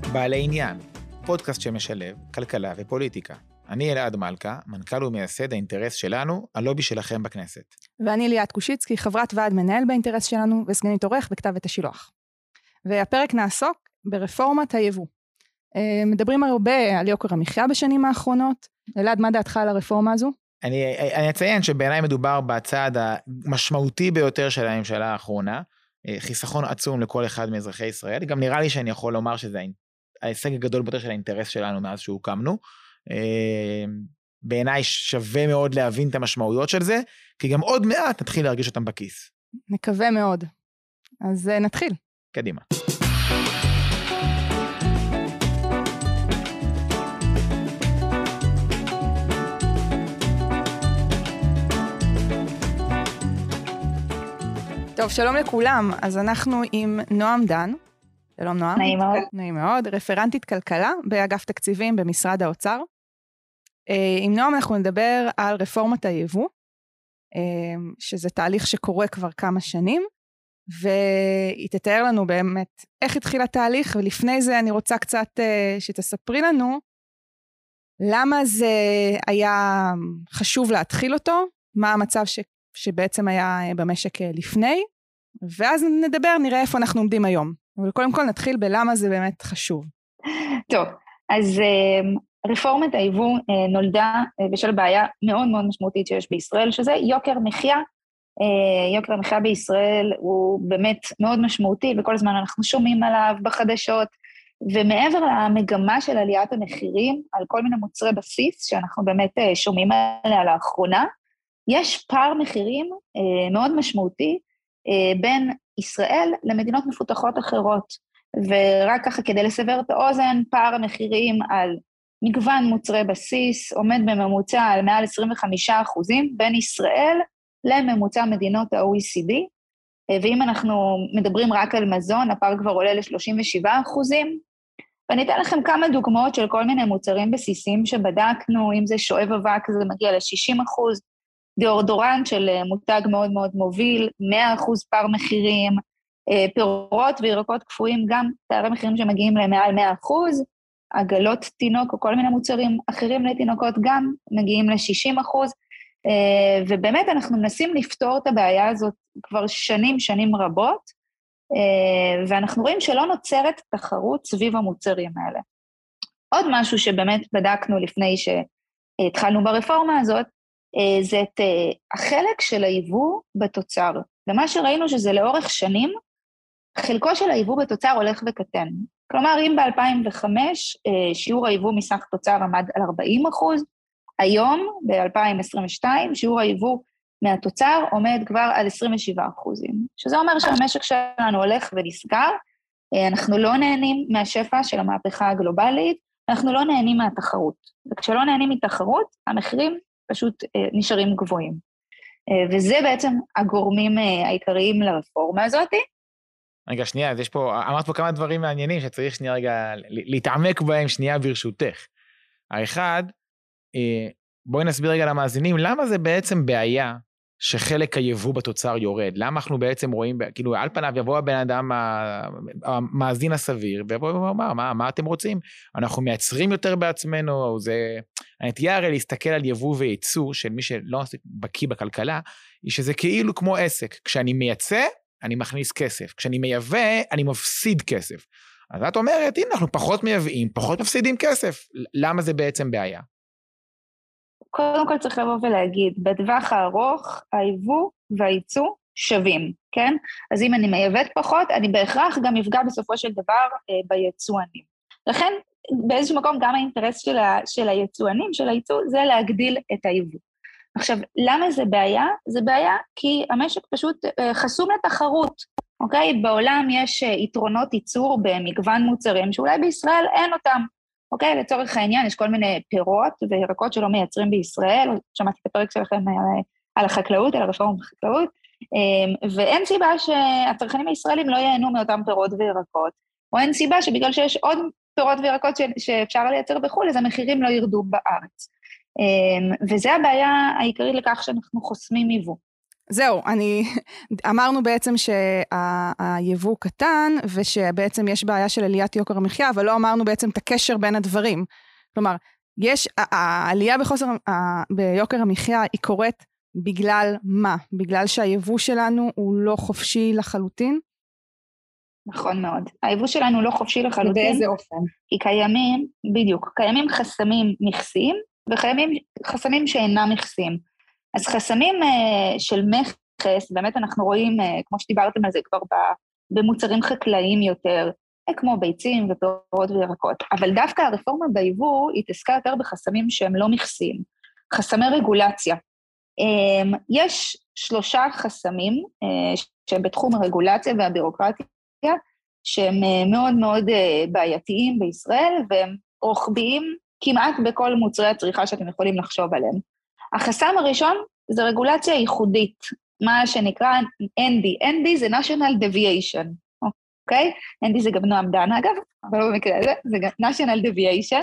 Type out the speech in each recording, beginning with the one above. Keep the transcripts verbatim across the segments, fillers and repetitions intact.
בעלי עניין, פודקאסט שמשלב כלכלה ופוליטיקה. אני אלעד מלכה, מנכ"ל ומייסד האינטרס שלנו, הלובי שלכם בכנסת. ואני ליאת קושיצקי, חברת ועד מנהל באינטרס שלנו, וסגנית עורך בכתב עת השילוח. והפרק נעסוק ברפורמת היבוא. מדברים הרבה על יוקר המחיה בשנים האחרונות. אלעד, מה דעתך על הרפורמה הזו? אני, אני אציין שבעיניי מדובר בצעד המשמעותי ביותר של הממשלה האחרונה, חיסכון עצום לכל אחד מאזרחי ישראל. גם נראה לי שאני יכול לומר שזה ההישג הגדול ביותר של האינטרס שלנו מאז שהוקמנו. בעיניי שווה מאוד להבין את המשמעויות של זה, כי גם עוד מעט נתחיל להרגיש אותם בכיס. נקווה מאוד. אז נתחיל. קדימה. טוב, שלום לכולם. אז אנחנו עם נועם דן. שלום נועם. נעים מאוד. נעים מאוד. רפרנטית כלכלה באגף תקציבים במשרד האוצר. עם נועם אנחנו נדבר על רפורמת היבוא, שזה תהליך שקורה כבר כמה שנים, והיא תתאר לנו באמת איך התחיל התהליך, ולפני זה אני רוצה קצת שתספרי לנו למה זה היה חשוב להתחיל אותו, מה המצב ש... שבעצם היה במשק לפני, ואז נדבר, נראה איפה אנחנו עומדים היום. אבל קודם כל נתחיל בלמה זה באמת חשוב. טוב, אז רפורמת היבוא נולדה בשל בעיה מאוד מאוד משמעותית שיש בישראל, שזה יוקר מחיה. יוקר המחיה בישראל הוא באמת מאוד משמעותי, וכל הזמן אנחנו שומעים עליו בחדשות, ומעבר למגמה של עליית המחירים, על כל מיני מוצרי בסיס, שאנחנו באמת שומעים עליה לאחרונה, יש פער מחירים מאוד משמעותי בין ישראל למדינות מפותחות אחרות, ורק ככה כדי לסבר את האוזן, פער המחירים על מגוון מוצרי בסיס עומד בממוצע על מעל עשרים וחמישה אחוזים בין ישראל לממוצע מדינות ה-או אי סי די, ואם אנחנו מדברים רק על מזון, הפער כבר עולה ל-שלושים ושבעה אחוזים, ואני אתן לכם כמה דוגמאות של כל מיני מוצרים בסיסיים שבדקנו, אם זה שואב אבק זה מגיע ל-שישים אחוז, דיאודורנט של מותג מאוד מאוד מוביל, מאה אחוז פער מחירים, פירות וירקות קפואים, גם פערי מחירים שמגיעים למעל מאה אחוז, עגלות תינוק או כל מיני מוצרים אחרים לתינוקות גם מגיעים ל-שישים אחוז, ובאמת אנחנו מנסים לפתור את הבעיה הזאת כבר שנים, שנים רבות, ואנחנו רואים שלא נוצרת תחרות סביב המוצרים האלה. עוד משהו שבאמת בדקנו לפני שהתחלנו ברפורמה הזאת, זה את החלק של היבוא בתוצר, ומה שראינו שזה לאורך שנים, חלקו של היבוא בתוצר הולך וקטן. כלומר, אם ב-אלפיים וחמש שיעור היבוא מסך תוצר עמד על ארבעים אחוז, היום, ב-אלפיים עשרים ושתיים, שיעור היבוא מהתוצר עומד כבר על עשרים ושבעה אחוזים, שזה אומר שהמשק שלנו הולך ונסגר, אנחנו לא נהנים מהשפע של המהפכה הגלובלית, אנחנו לא נהנים מהתחרות, וכשלא נהנים מתחרות, המחירים פשוט נשארים גבוהים. וזה בעצם הגורמים העיקריים לרפורמה הזאת. רגע, שנייה, אז יש פה, אמרת פה כמה דברים מעניינים שצריך שנייה רגע להתעמק בהם שנייה ברשותך. האחד, בואי נסביר רגע למאזינים, למה זה בעצם בעיה שחלק היבוא בתוצר יורד? למה אנחנו בעצם רואים, כאילו על פניו יבוא הבן אדם המאזין הסביר, ויבוא ואומר, מה, מה אתם רוצים? אנחנו מייצרים יותר בעצמנו, זה... הנטייה הרי להסתכל על יבוא וייצוא, של מי שלא בקיא בכלכלה, היא שזה כאילו כמו עסק, כשאני מייצא, אני מכניס כסף, כשאני מייבא, אני מפסיד כסף. אז את אומרת, הנה, אנחנו פחות מייבאים, פחות מפסידים כסף, למה זה בעצם בעיה? קודם כל צריך לבוא ולהגיד, בטווח הארוך, היבוא והייצוא שווים, כן? אז אם אני מייבאת פחות, אני בהכרח גם יפגע בסופו של דבר בייצואנים. לכן, באיזשהו מקום גם האינטרס של, ה, של הייצואנים, של הייצוא, זה להגדיל את היבוא. עכשיו, למה זה בעיה? זה בעיה כי המשק פשוט חסום לתחרות, אוקיי? בעולם יש יתרונות ייצור במגוון מוצרים, שאולי בישראל אין אותם, אוקיי? לצורך העניין יש כל מיני פירות וירקות שלא מייצרים בישראל, שמעתי את הפרק שלכם על החקלאות, על הרפורמה בחקלאות, ואין סיבה שהצרכנים הישראלים לא ייהנו מאותם פירות וירקות, או אין סיבה שבגלל שיש עוד פירות וירקות שאפשר לייצר בחו"ל, אז המחירים לא ירדו בארץ. וזה הבעיה העיקרית לכך שאנחנו חוסמים יבוא. זהו, אני, אמרנו בעצם שהיבוא קטן, ושבעצם יש בעיה של עליית יוקר המחיה, אבל לא אמרנו בעצם את הקשר בין הדברים. כלומר, יש, העלייה בחוסר, ביוקר המחיה היא קורית בגלל מה? בגלל שהיבוא שלנו הוא לא חופשי לחלוטין? נכון מאוד. היבוא שלנו לא חופשי לחלוטין. באיזה אופן? כי קיימים, בדיוק, קיימים חסמים מכסים, וקיימים חסמים שאינם מכסים. אז חסמים uh, של מכס, באמת אנחנו רואים, uh, כמו שדיברתם על זה כבר במוצרים חקלאיים יותר, כמו ביצים ופירות וירקות. אבל דווקא הרפורמה ביבוא התעסקה יותר בחסמים שהם לא מכסים, חסמי רגולציה. Um, יש שלושה חסמים uh, שהם בתחום הרגולציה והבירוקרטיה, שהם uh, מאוד מאוד uh, בעייתיים בישראל, והם רוחביים כמעט בכל מוצרי הצריכה שאתם יכולים לחשוב עליהם. החסם הראשון זה רגולציה ייחודית, מה שנקרא אן די. אן די זה national deviation, אוקיי? אן די זה גם נועם דן אגב, אבל לא במקרה הזה, זה גם national deviation,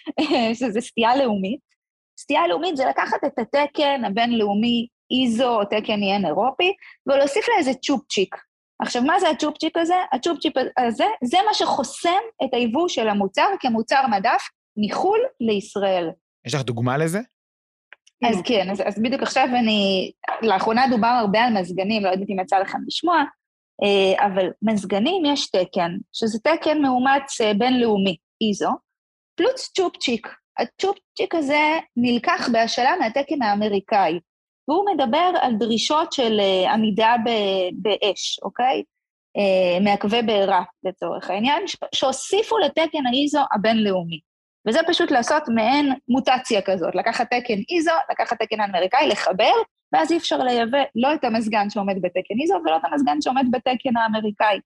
שזה סטייה לאומית. סטייה לאומית זה לקחת את התקן הבינלאומי איזו או תקן יין אירופי, ולהוסיף לה איזה צ'ופצ'יק. עכשיו, מה זה הצ'ופצ'יק הזה? הצ'ופצ'יק הזה, זה מה שחוסם את היבוא של המוצר כמוצר מדף מחול לישראל. יש לך דוגמה לזה? אז כן, אז, אז בדיוק עכשיו אני, לאחרונה דובר הרבה על מזגנים, לא יודעת אם יצא לכם לשמוע, אבל מזגנים יש תקן, שזה תקן מאומץ בינלאומי, איזו, פלוס צ'ופצ'יק. הצ'ופצ'יק הזה נלקח בהשאלה מהתקן האמריקאי, והוא מדבר על דרישות של עמידה באש, אוקיי? מעכבי בעירה לצורך העניין, שהוסיפו לתקן האיזו הבינלאומי. וזה פשוט לעשות מעין מוטציה כזאת, לקחת תקן איזו, לקחת תקן האמריקאי, לחבר, ואז אי אפשר לייבא לא את המזגן שעומד בתקן איזו, ולא את המזגן שעומד בתקן האמריקאי.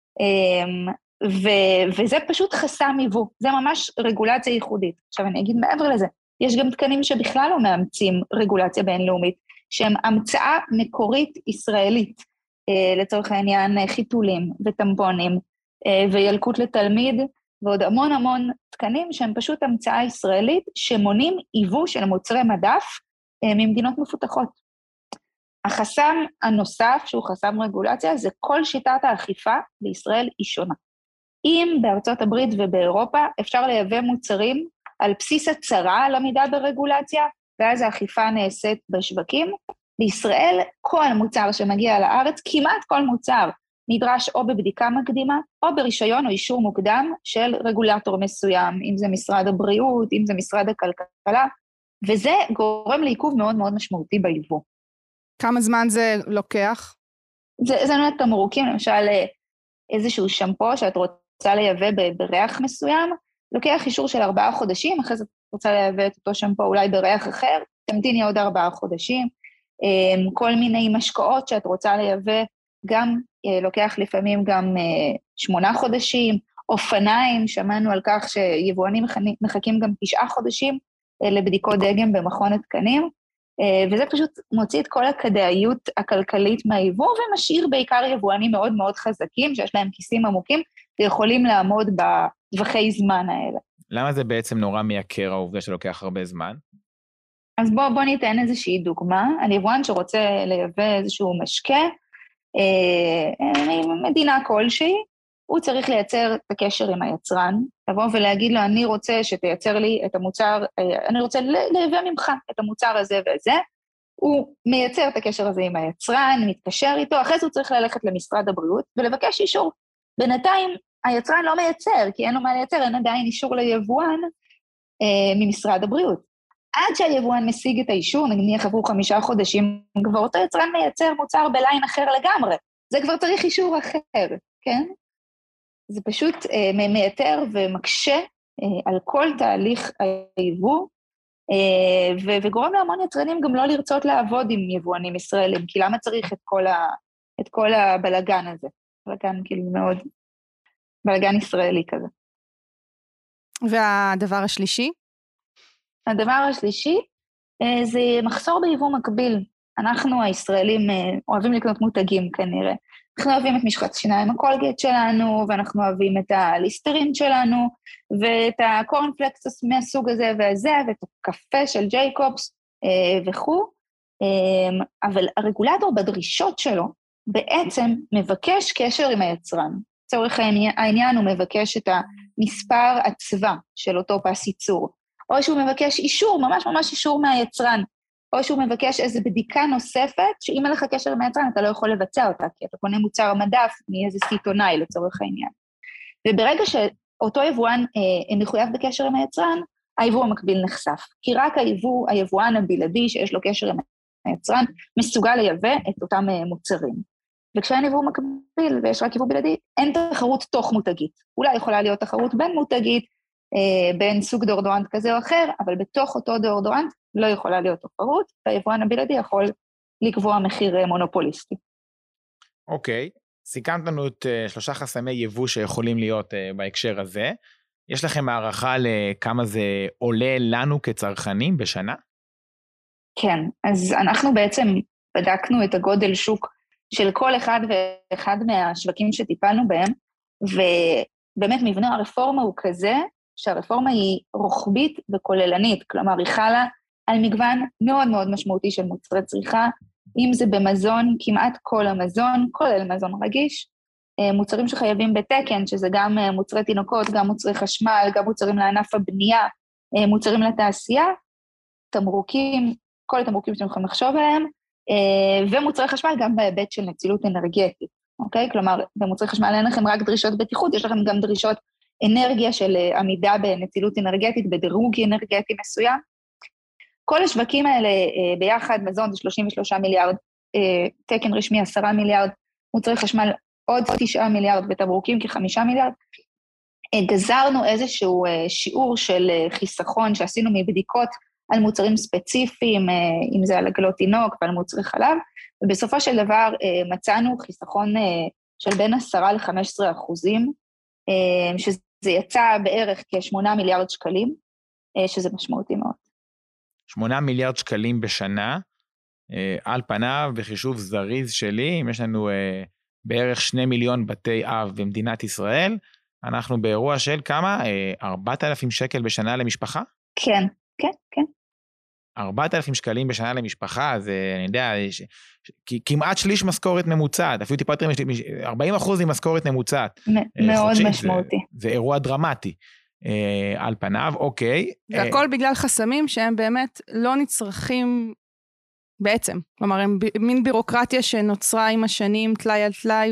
ו- וזה פשוט חסם יבוא, זה ממש רגולציה ייחודית. עכשיו אני אגיד מעבר לזה, יש גם תקנים שבכלל לא מאמצים רגולציה בינלאומית, שהם המצאה מקורית ישראלית, לצורך העניין חיתולים וטמפונים, וילקוט לתלמיד, ועוד המון המון תקנים שהם פשוט המצאה ישראלית, שמונים ייבוא של מוצרי מדף ממדינות מפותחות. החסם הנוסף, שהוא חסם רגולציה, זה כל שיטת האכיפה בישראל היא שונה. אם בארצות הברית ובאירופה אפשר לייבא מוצרים על בסיס הצהרה על עמידה ברגולציה, ואז האכיפה נעשית בשווקים, בישראל כל מוצר שמגיע לארץ, כמעט כל מוצר, נדרש או בבדיקה מקדימה, או ברישיון או אישור מוקדם של רגולטור מסוים, אם זה משרד הבריאות, אם זה משרד הכלכלה, וזה גורם לעיכוב מאוד מאוד משמעותי ביבוא. כמה זמן זה לוקח? זה, זה נועד תמרוקים, למשל איזשהו שמפו שאת רוצה לייבא בריח מסוים, לוקח אישור של ארבעה חודשים, אחרי זה את רוצה לייבא את אותו שמפו אולי בריח אחר, תמתיני עוד ארבעה חודשים, כל מיני משקאות שאת רוצה לייבא, גם לוקח לפעמים גם שמונה חודשים, אופניים, שמענו על כך שיבואנים מחכים גם תשעה חודשים לבדיקות דגם במכון התקנים, וזה פשוט מוציא את כל הכדאיות הכלכלית מהיבוא, ומשאיר בעיקר יבואנים מאוד מאוד חזקים, שיש להם כיסים עמוקים, ויכולים לעמוד בטווחי זמן האלה. למה זה בעצם נורא מייקר העובדה שלוקח הרבה זמן? אז בוא, בוא ניתן איזושהי דוגמה, על יבואן שרוצה לייבא איזשהו משקה, ממדינה כלשהי, הוא צריך לייצר את הקשר עם היצרן, לבוא ולהגיד לו, אני רוצה שתייצר לי את המוצר, אני רוצה לייבא ממך את המוצר הזה וזה, הוא מייצר את הקשר הזה עם היצרן, מתקשר איתו, אחרי זה הוא צריך ללכת למשרד הבריאות ולבקש אישור. בינתיים היצרן לא מייצר, כי אין לו מה לייצר, אין עדיין אישור ליבואן אה, ממשרד הבריאות. עד שהיבואן משיג את האישור, נניח עבור חמישה חודשים, כבר אותו יצרן מייצר מוצר בליין אחר לגמרי. זה כבר צריך אישור אחר, כן? זה פשוט אה, מייתר ומקשה אה, על כל תהליך היבוא, אה, ו- וגורם להמון יצרנים גם לא לרצות לעבוד עם יבואנים ישראלים, כי למה צריך את כל, ה- את כל הבלגן הזה? בלגן כאילו מאוד, בלגן ישראלי כזה. והדבר השלישי? הדבר השלישי, זה מחסור ביבוא מקביל. אנחנו הישראלים אוהבים לקנות מותגים כנראה. אנחנו אוהבים את משחת שיניים הקולגייט שלנו, ואנחנו אוהבים את הליסטרין שלנו, ואת הקורנפלקס מהסוג הזה והזה, ואת הקפה של ג'ייקובס וכו'. אבל הרגולטור בדרישות שלו בעצם מבקש קשר עם היצרן. לצורך העניין הוא מבקש את המספר הצבע של אותו פס ייצור, או שהוא מבקש אישור, ממש ממש אישור מהיצרן, או שהוא מבקש איזו בדיקה נוספת, שאם אין לך קשר עם היצרן אתה לא יכול לבצע אותה, כי אתה קונה מוצר מדף מאיזה סיטונאי לצורך העניין. וברגע שאותו יבואן אה, מחויב בקשר עם היצרן, היבוא המקביל נחשף, כי רק היבוא, היבואן הבלעדי שיש לו קשר עם היצרן, מסוגל לייבא את אותם מוצרים. וכשאין יבוא מקביל ויש רק יבוא בלעדי, אין תחרות תוך מותגית. אולי יכולה להיות תחרות בין מותגית, אה, בין סוג דאודורנט כזה או אחר, אבל בתוך אותו דאודורנט לא יכולה להיות תחרות, והיבואן הבלעדי יכול לקבוע מחיר מונופוליסטי. אוקיי, סיכמת לנו את uh, שלושה חסמי יבוא שיכולים להיות uh, בהקשר הזה. יש לכם הערכה לכמה זה עולה לנו כצרכנים בשנה? כן, אז אנחנו בעצם בדקנו את הגודל שוק של כל אחד ואחד מהשווקים שטיפלנו בהם, ובאמת מבנה הרפורמה הוא כזה, שהרפורמה היא רוחבית וכוללנית, כלומר היא חלה על מגוון מאוד מאוד משמעותי של מוצרי צריכה, אם זה במזון, כמעט כל המזון, כולל מזון רגיש, מוצרים שחייבים בתקן, שזה גם מוצרי תינוקות, גם מוצרי חשמל, גם מוצרים לענף הבנייה, מוצרים לתעשייה, תמרוקים, כל התמרוקים שאתם יכולים לחשוב עליהם, ומוצרי חשמל גם בהיבט של נצילות אנרגטית, אוקיי? כלומר, במוצרי חשמל אין לכם רק דרישות בטיחות, יש לכם גם דרישות אנרגיה של עמידה בנצילות אנרגטית, בדירוג אנרגטי מסוים. כל השווקים האלה ביחד, מזון זה שלושים ושלושה מיליארד, תקן רשמי עשרה מיליארד, מוצרי חשמל עוד תשעה מיליארד ותמרוקים כחמישה מיליארד. גזרנו איזשהו שיעור של חיסכון שעשינו מבדיקות על מוצרים ספציפיים, אם זה על עגלות תינוק ועל מוצרי חלב, ובסופו של דבר מצאנו חיסכון של בין עשרה ל-חמישה עשר אחוזים, שזה יצא בערך כשמונה מיליארד שקלים, שזה משמעותי מאוד. שמונה מיליארד שקלים בשנה, על פניו בחישוב זריז שלי, אם יש לנו בערך שני מיליון בתי אב במדינת ישראל, אנחנו באירוע של כמה? ארבעת אלפים שקל בשנה למשפחה? כן, כן, כן. ארבעת אלפים שקלים בשנה למשפחה, זה, אני יודע, כמעט שליש משכורת ממוצעת, אפילו טיפה יותר, ארבעים אחוז היא משכורת ממוצעת. מאוד משמעותי. זה אירוע דרמטי. על פניו, אוקיי. והכל בגלל חסמים שהם באמת לא נצרכים בעצם. כלומר, הם מין בירוקרטיה שנוצרה עם השנים, תלאי על תלאי,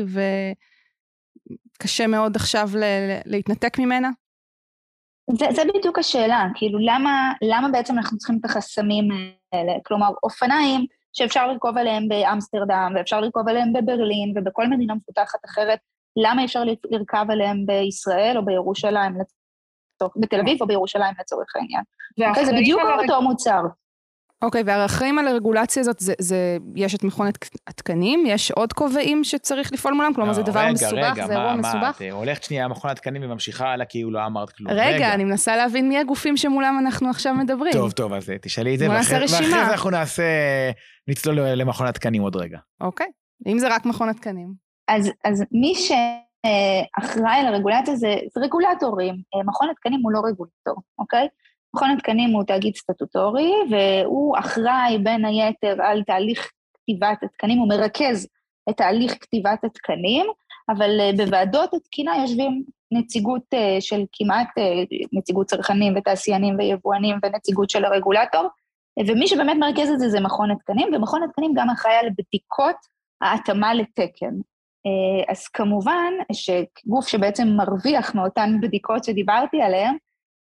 וקשה מאוד עכשיו להתנתק ממנה. זה, זה בדיוק השאלה, כאילו למה, למה בעצם אנחנו צריכים את החסמים האלה? כלומר, אופניים שאפשר לרכוב עליהם באמסטרדם, ואפשר לרכוב עליהם בברלין, ובכל מדינה מפותחת אחרת, למה אפשר לרכב עליהם בישראל או בירושלים, בתל אביב או בירושלים לצורך העניין? זה בדיוק אותו מוצר. אוקיי, והאחראים על הרגולציה הזאת, זה, זה, יש את מכון התקנים, יש עוד קובעים שצריך לפעול מולם, כלומר זה דבר מסובך, זה אירוע מסובך. רגע, הולכת שנייה מכון התקנים וממשיכה הלאה, כי הוא לא אמרת כלום. רגע, אני מנסה להבין מי הגופים שמולם אנחנו עכשיו מדברים. טוב, טוב, אז תשאלי את זה, ואחרי זה אנחנו נעשה, נצלול למכון התקנים עוד רגע. אוקיי, אם זה רק מכון התקנים. אז, אז מי שאחראי על הרגולציה זה, זה רגולטורים, מכון התקנים הוא לא רגולטור, אוקיי? מכון התקנים הוא תאגיד סטטוטורי, והוא אחראי בין היתר על תהליך כתיבת התקנים, הוא מרכז את תהליך כתיבת התקנים, אבל בוועדות התקינה יושבים נציגות של כמעט, נציגות צרכנים ותעשיינים ויבואנים ונציגות של הרגולטור, ומי שבאמת מרכז את זה זה מכון התקנים, ומכון התקנים גם אחראי על בדיקות ההתאמה לתקן. אז כמובן שגוף שבעצם מרוויח מאותן בדיקות שדיברתי עליהן,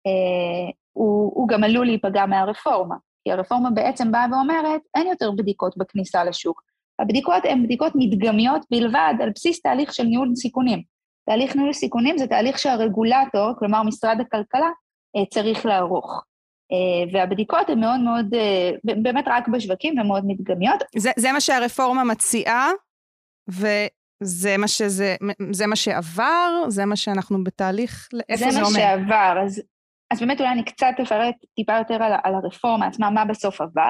הוא, הוא גם עלול להיפגע מהרפורמה, כי הרפורמה בעצם באה ואומרת, אין יותר בדיקות בכניסה לשוק. הבדיקות הן בדיקות מדגמיות בלבד, על בסיס תהליך של ניהול סיכונים. תהליך ניהול סיכונים זה תהליך שהרגולטור, כלומר משרד הכלכלה, צריך לערוך. והבדיקות הן מאוד מאוד, באמת רק בשווקים, ומאוד מדגמיות. זה, זה מה שהרפורמה מציעה, וזה מה שזה, זה מה שעבר, זה מה שאנחנו בתהליך, איפה זה אומר? זה מה שעבר, אז... אז באמת אולי אני קצת אפרט טיפה יותר על, על הרפורמה עצמה, מה בסוף עבר.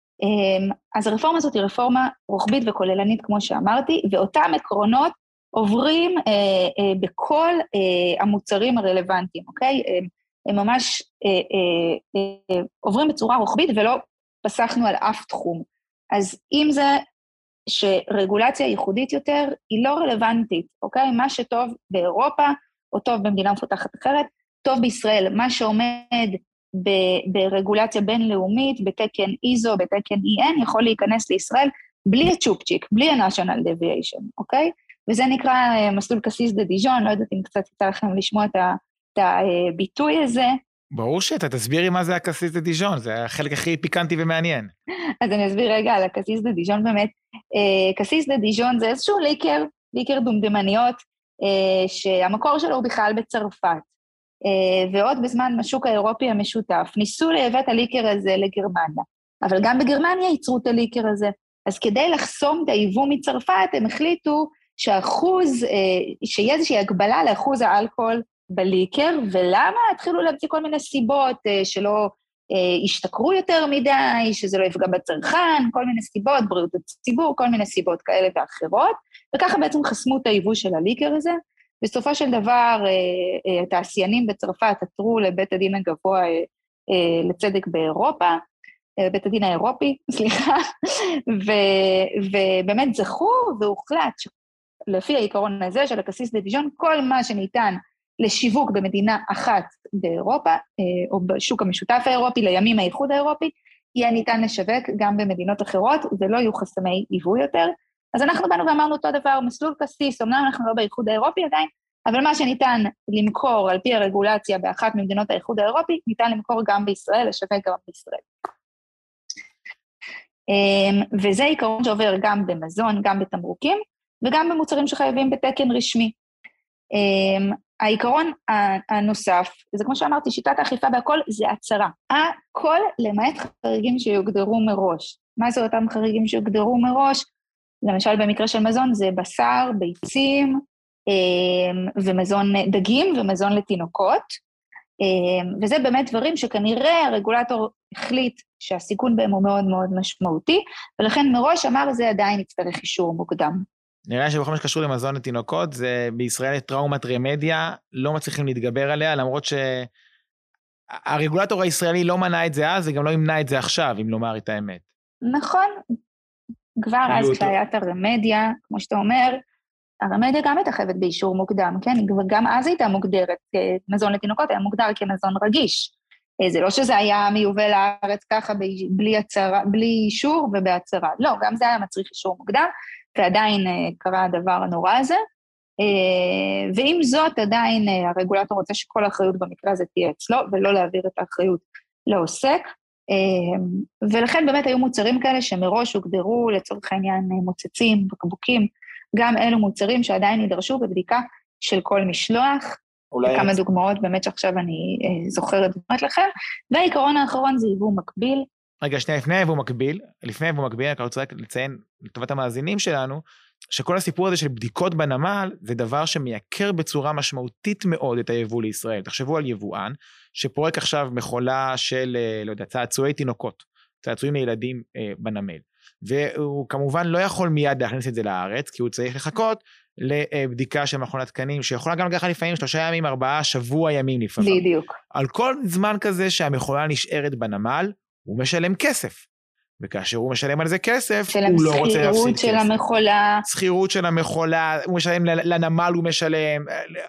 אז הרפורמה הזאת היא רפורמה רוחבית וכוללנית, כמו שאמרתי, ואותם עקרונות עוברים אה, אה, בכל אה, המוצרים הרלוונטיים, אוקיי? הם, הם ממש אה, אה, אה, עוברים בצורה רוחבית ולא פסחנו על אף תחום. אז אם זה שרגולציה ייחודית יותר, היא לא רלוונטית, אוקיי? מה שטוב באירופה, או טוב במדינה מפותחת אחרת, טוב בישראל. מה שעומד ב- ברגולציה בינלאומית, בתקן איזו, בתקן אי אן, יכול להיכנס לישראל בלי הצ'ופצ'יק, בלי ה-National Deviation, אוקיי? וזה נקרא מסלול קסיס דה דיז'ון, לא יודעת אם קצת יצא לכם לשמוע את הביטוי הזה. ברור שאתה תסבירי מה זה הקסיס דה דיז'ון, זה החלק הכי פיקנטי ומעניין. אז אני אסביר רגע על הקסיס דה דיז'ון באמת. קסיס דה דיז'ון זה איזשהו ליקר, ליקר דומדמניות, שהמקור שלו הוא בכלל בצרפת. ועוד בזמן השוק האירופי המשותף, ניסו לייבא את הליקר הזה לגרמניה, אבל גם בגרמניה ייצרו את הליקר הזה. אז כדי לחסום את היבוא מצרפת, הם החליטו שהאחוז, שיהיה איזושהי הגבלה לאחוז האלכוהול בליקר, ולמה? התחילו להמציא כל מיני סיבות שלא השתכרו יותר מדי, שזה לא יפגע בצרכן, כל מיני סיבות, בריאות הציבור, כל מיני סיבות כאלה ואחרות, וככה בעצם חסמו את היבוא של הליקר הזה. בסופו של דבר, התעשיינים בצרפת עתרו לבית הדין הגבוה לצדק באירופה, בית הדין האירופי, סליחה, ובאמת זכו והוחלט לפי העיקרון הזה של הקסיס דה דיז'ון, כל מה שניתן לשיווק במדינה אחת באירופה, או בשוק המשותף האירופי, לימים האיחוד האירופי, יהיה ניתן לשווק גם במדינות אחרות, ולא יהיו חסמי ייבוא יותר. אז אנחנו באנו ואמרנו אותו דבר, מסלול קסיס, אמנם אנחנו לא באיחוד האירופי עדיין, אבל מה שניתן למכור על פי הרגולציה באחת ממדינות האיחוד האירופי, ניתן למכור גם בישראל, לשווק גם בישראל. וזה עיקרון שעובר גם במזון, גם בתמרוקים, וגם במוצרים שחייבים בתקן רשמי. העיקרון הנוסף, זה כמו שאמרתי, שיטת האכיפה בהכל, זה הצהרה. הכל למעט חריגים שיוגדרו מראש. מה זה אותם חריגים שיוגדרו מראש? למשל במקרה של מזון זה בשר, ביצים, ומזון דגים ומזון לתינוקות, וזה באמת דברים שכנראה הרגולטור החליט שהסיכון בהם הוא מאוד מאוד משמעותי, ולכן מראש אמר זה עדיין יצטרך אישור מוקדם. נראה שבכל מה שקשור למזון לתינוקות, זה בישראל טראומת רמדיה, לא מצליחים להתגבר עליה, למרות שהרגולטור הישראלי לא מנע את זה אז, וגם לא ימנע את זה עכשיו, אם לומר את האמת. נכון, כבר אז כשהיית הרמדיה, כמו שאתה אומר, הרמדיה גם הייתה חייבת באישור מוקדם, כן? וגם אז הייתה מוגדרת, מזון לתינוקות היה מוגדר כמזון רגיש. זה לא שזה היה מיובל לארץ ככה בלי, הצרה, בלי אישור ובהצהרה. לא, גם זה היה מצריך אישור מוקדם, ועדיין קרה הדבר הנורא הזה. ועם זאת, עדיין הרגולטור רוצה שכל האחריות במקרה הזה תהיה אצלו, ולא להעביר את האחריות לעוסק. ולכן באמת היו מוצרים כאלה שמראש הוגדרו לצורך העניין מוצצים, בקבוקים, גם אלו מוצרים שעדיין נדרשו בבדיקה של כל משלוח, כמה דוגמאות באמת שעכשיו אני זוכרת דוגמאות לכם, והעיקרון האחרון זה ייבוא מקביל. רגע, שנייה, לפני ייבוא מקביל, לפני ייבוא מקביל, אני רוצה לציין לטובת המאזינים שלנו, שכל הסיפור הזה של בדיקות בנמל, זה דבר שמייקר בצורה משמעותית מאוד את היבוא לישראל. תחשבו על יבואן, שפורק עכשיו מכולה של, לא יודע, צעצועי תינוקות, צעצועים לילדים אה, בנמל. והוא כמובן לא יכול מיד להכניס את זה לארץ, כי הוא צריך לחכות לבדיקה של מכון התקנים, שיכולה גם לקחת לפעמים שלושה ימים, ארבעה, שבוע ימים לפעמים. בדיוק. על כל זמן כזה שהמכולה נשארת בנמל, הוא משלם כסף. וכאשר הוא משלם על זה כסף, הוא לא רוצה להפסיד כסף. של המכולה. שכירות של המכולה, הוא משלם לנמל, הוא משלם,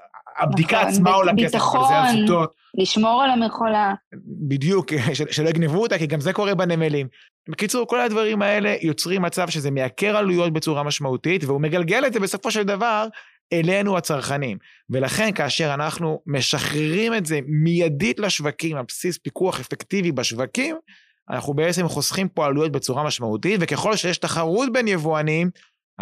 הבדיקה עצמה עולה כסף, אבל זה הזוטות. לשמור על המכולה. בדיוק, שלא יגנבו אותה, כי גם זה קורה בנמלים. בקיצור, כל הדברים האלה יוצרים מצב שזה מייקר עלויות בצורה משמעותית, והוא מגלגל את זה בסופו של דבר אלינו הצרכנים. ולכן כאשר אנחנו משחררים את זה מיידית לשווקים, על בסיס פיקוח אפקטיבי בשווקים, אנחנו בעצם חוסכים פה עלויות בצורה משמעותית, וככל שיש תחרות בין יבואנים,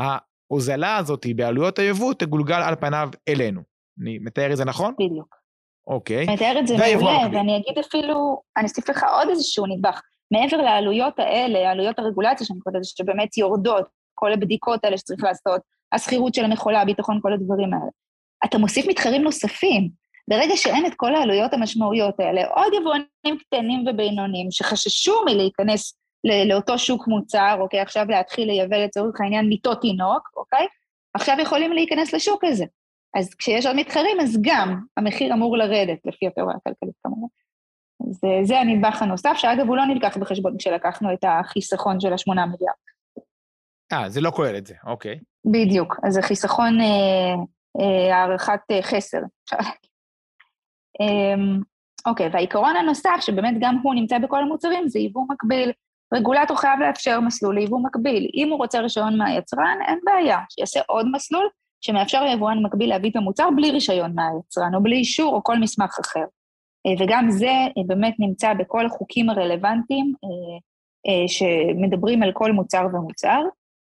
ההוזלה הזאת בעלויות היבוא תגולגל על פניו אלינו. אני מתאר את זה נכון? בדיוק. אוקיי. מתאר את זה מעולה, ואני אגיד אפילו, אני אוסיף לך עוד איזשהו נדבך, מעבר לעלויות האלה, העלויות הרגולציה שאני קוראת לזה, שבאמת יורדות, כל הבדיקות האלה שצריך לעשות, השכירות של המכולה, הביטחון, כל הדברים האלה. אתה מוסיף מתחרים נוספים, ברגע שאין את כל העלויות המשמעויות האלה, עוד יבואנים קטנים ובינוניים, שחששו מלהיכנס לאותו שוק מוצר, אוקיי, עכשיו להתחיל לייבא לצורך העניין מיטות תינוק, אוקיי, עכשיו יכולים להיכנס לשוק הזה. אז כשיש עוד מתחרים, אז גם המחיר אמור לרדת, לפי התיאוריה הכלכלית כמובן. אז זה הנדבך הנוסף, שאגב הוא לא נלקח בחשבון כשלקחנו את החיסכון של השמונה מיליארד. אה, זה לא כולל את זה, אוקיי. בדיוק, אז זה חיסכון אה, אה, הערכת אה, חסר. אה, אוקיי, והעיקרון הנוסף, שבאמת גם הוא נמצא בכל המוצרים, זה ייבוא מקביל. רגולטור חייב לאפשר מסלול לייבוא מקביל. אם הוא רוצה רישיון מהיצרן, אין בעיה, שיעשה עוד מסלול שמאפשר ליבואן מקביל להביא את המוצר בלי רישיון מהיצרן, או בלי אישור או כל מסמך אחר. וגם זה באמת נמצא בכל החוקים הרלוונטיים, שמדברים על כל מוצר ומוצר.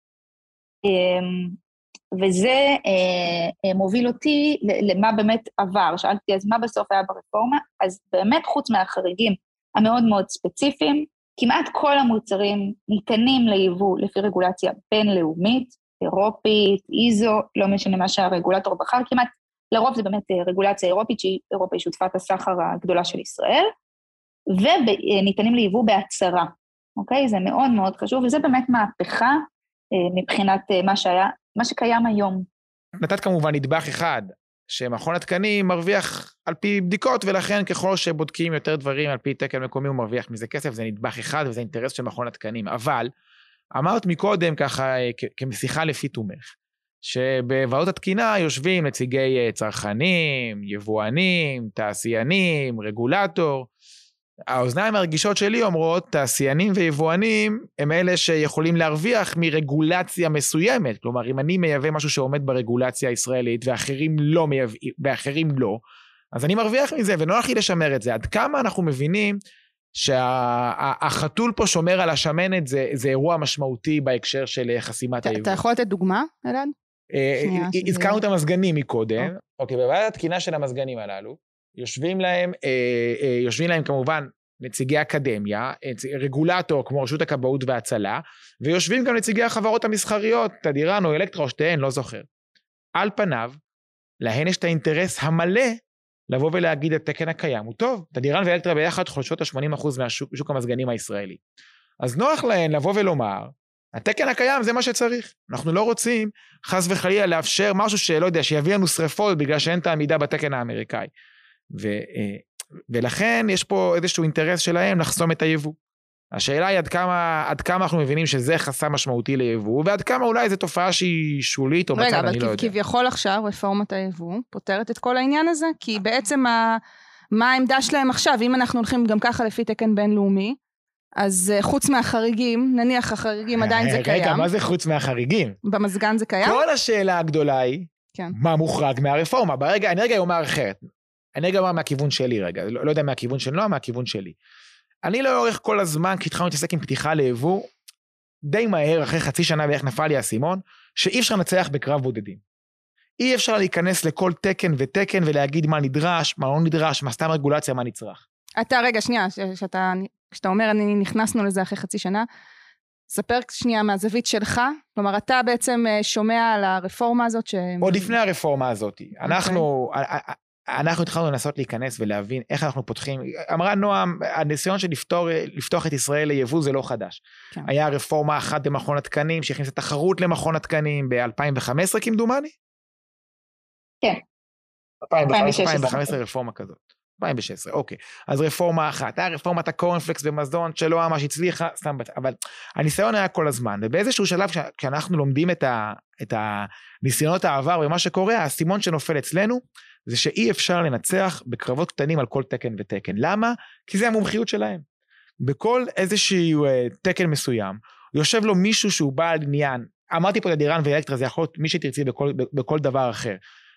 וזה מוביל אותי למה באמת עבר. שאלתי, אז מה בסוף היה ברפורמה? אז באמת חוץ מהחריגים המאוד מאוד ספציפיים, כמעט כל המוצרים ניתנים ליבוא לפי רגולציה בינלאומית, אירופית, איזו, לא משנה מה שהרגולטור בחר, כמעט לרוב זה באמת רגולציה אירופית, שהיא אירופה היא שותפת הסחר הגדולה של ישראל, וניתנים ליבוא בהצהרה, אוקיי? זה מאוד מאוד חשוב, וזה באמת מהפכה מבחינת מה שהיה, מה שקיים היום. נתת כמובן נדבך אחד, שמכון התקנים מרוויח על פי בדיקות, ולכן ככל שבודקים יותר דברים על פי תקן מקומי, הוא מרוויח מזה כסף, זה נדבך אחד, וזה אינטרס של מכון התקנים. אבל, אמרת מקודם ככה, כמשיחה לפי תומך, שבוועדות התקינה יושבים נציגי צרכנים, יבואנים, תעשיינים, רגולטור. האוזניים הרגישות שלי אומרות, תעשיינים ויבואנים הם אלה שיכולים להרוויח מרגולציה מסוימת. כלומר, אם אני מייבא משהו שעומד ברגולציה הישראלית, ואחרים לא מייבאים, ואחרים לא, אז אני מרוויח מזה, ונוח לי לשמר את זה. עד כמה אנחנו מבינים שהחתול פה שומר על השמנת, זה, זה אירוע משמעותי בהקשר של חסימת היבוא. אתה יכול לתת דוגמה, אלעד? הזכרנו את המזגנים מקודם. אוקיי, בוועדת התקינה של המזגנים הללו, יושבים להם, יושבים להם כמובן נציגי אקדמיה, רגולטור כמו רשות הכבאות והצלה, ויושבים גם נציגי החברות המסחריות, תדירן או אלקטרה או שתיהן, לא זוכר. על פניו, להן יש את האינטרס המלא, לבוא ולהגיד את התקן הקיים, הוא טוב, תדירן ואלקטרה ביחד חולשות ה-שמונים אחוז מהשוק המזגנים הישראלי. אז נוח להן לבוא ולומר, התקן הקיים זה מה שצריך, אנחנו לא רוצים חס וחלילה לאפשר משהו שלא יודע, שיביא לנו שריפות בגלל שאין את העמידה בתקן האמריקאי. ו, ולכן יש פה איזשהו אינטרס שלהם לחסום את היבוא. השאלה היא עד כמה, עד כמה אנחנו מבינים שזה חסם משמעותי ליבוא, ועד כמה אולי זו תופעה שהיא שולית או בצד, אני לא יודע. רגע, אבל כביכול עכשיו רפורמת היבוא פותרת את כל העניין הזה, כי בעצם ה, מה העמדה שלהם עכשיו, אם אנחנו הולכים גם ככה לפי תקן בינלאומי, אז חוץ מהחריגים, נניח החריגים עדיין זה קיים. רגע, מה זה חוץ מהחריגים? במזגן זה קיים? כל השאלה הגדולה היא, כן. מה מוחרג מהרפורמה? ברגע, אני רגע אומר אחרת. אני רגע אומר מהכיוון שלי רגע, לא, לא יודע מהכיוון של נועה, מהכיוון שלי. אני לא אורך כל הזמן, כי התחלנו להתעסק עם פתיחה ליבוא, די מהר, אחרי חצי שנה ואיך נפל לי הסימון, שאי אפשר לנצח בקרב בודדים. אי אפשר להיכנס לכל תקן ותקן, ולהגיד מה נדרש, מה לא נדרש, מה סתם רגולציה, מה נצרך. אתה רגע, שנייה, שאתה, כשאתה אומר, אני נכנסנו לזה אחרי חצי שנה, ספר שנייה מהזווית שלך, כלומר, אתה בעצם שומע על הרפורמה הזאת ש... עוד לפני הרפורמה הזאת, אנחנו... אנחנו התחלנו לנסות להיכנס ולהבין איך אנחנו פותחים, אמרה נועם, הניסיון של לפתור, לפתוח את ישראל ליבוא זה לא חדש. כן. היה רפורמה אחת במכון התקנים, שהכניסה תחרות למכון התקנים ב-אלפיים וחמש עשרה כמדומני? כן. אלפיים וחמש עשרה רפורמה כזאת. אלפיים ושש עשרה, אוקיי. אז רפורמה אחת, היה רפורמת הקורנפלקס במזון, שלא ממש הצליחה, סתם, אבל הניסיון היה כל הזמן, ובאיזשהו שלב, כשאנחנו לומדים את, ה, את הניסיונות העבר ומה שקורה, הסימון שנופל אצלנו, זה שאי אפשר לנצח בקרבות קטנים על כל תקן ותקן. למה? כי זה המומחיות שלהם. בכל איזשהו תקן מסוים, יושב לו מישהו שהוא בעל עניין, אמרתי פה לדירן ואלקטרה, זה יכול להיות מי שתרצי בכל, בכל דבר אחר.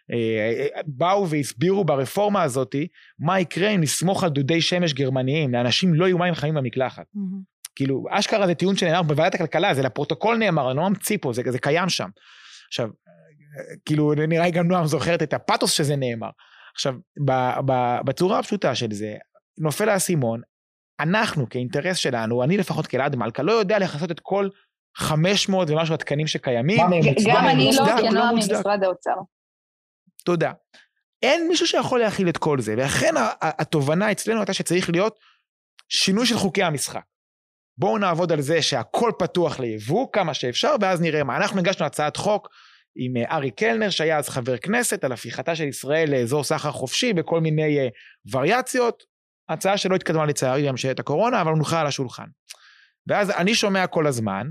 באו והסבירו ברפורמה הזאת, מה יקרה אם נסמוך על דודי שמש גרמניים, לאנשים לא יהיו מים חמים במקלחת. כאילו, אשכרה זה טיעון שנאמר בוועדת הכלכלה, זה לפרוטוקול נאמר, אני לא ממציא פה, זה, זה קיים שם. עכשיו, כאילו נראה גם נועם זוכרת את הפאטוס שזה נאמר. עכשיו, בצורה הפשוטה של זה, נופל האסימון, אנחנו כאינטרס שלנו, אני לפחות כלעד מלכה, לא יודע לחסות את כל חמש מאות ומשהו התקנים שקיימים. גם אני לא, כי נועם ממשרד האוצר. תודה. אין מישהו שיכול להכיל את כל זה, ולכן התובנה אצלנו הייתה שצריך להיות שינוי של חוקי המשחק. בואו נעבוד על זה שהכל פתוח ליבוא, כמה שאפשר, ואז נראה מה. אנחנו הגשנו הצעת חוק עם ארי קלנר, שהיה אז חבר כנסת, על הפיכתה של ישראל לאזור סחר חופשי, בכל מיני וריאציות, הצעה שלא התקדמה לצערי בממשלת הקורונה, אבל נוחה על השולחן. ואז אני שומע כל הזמן,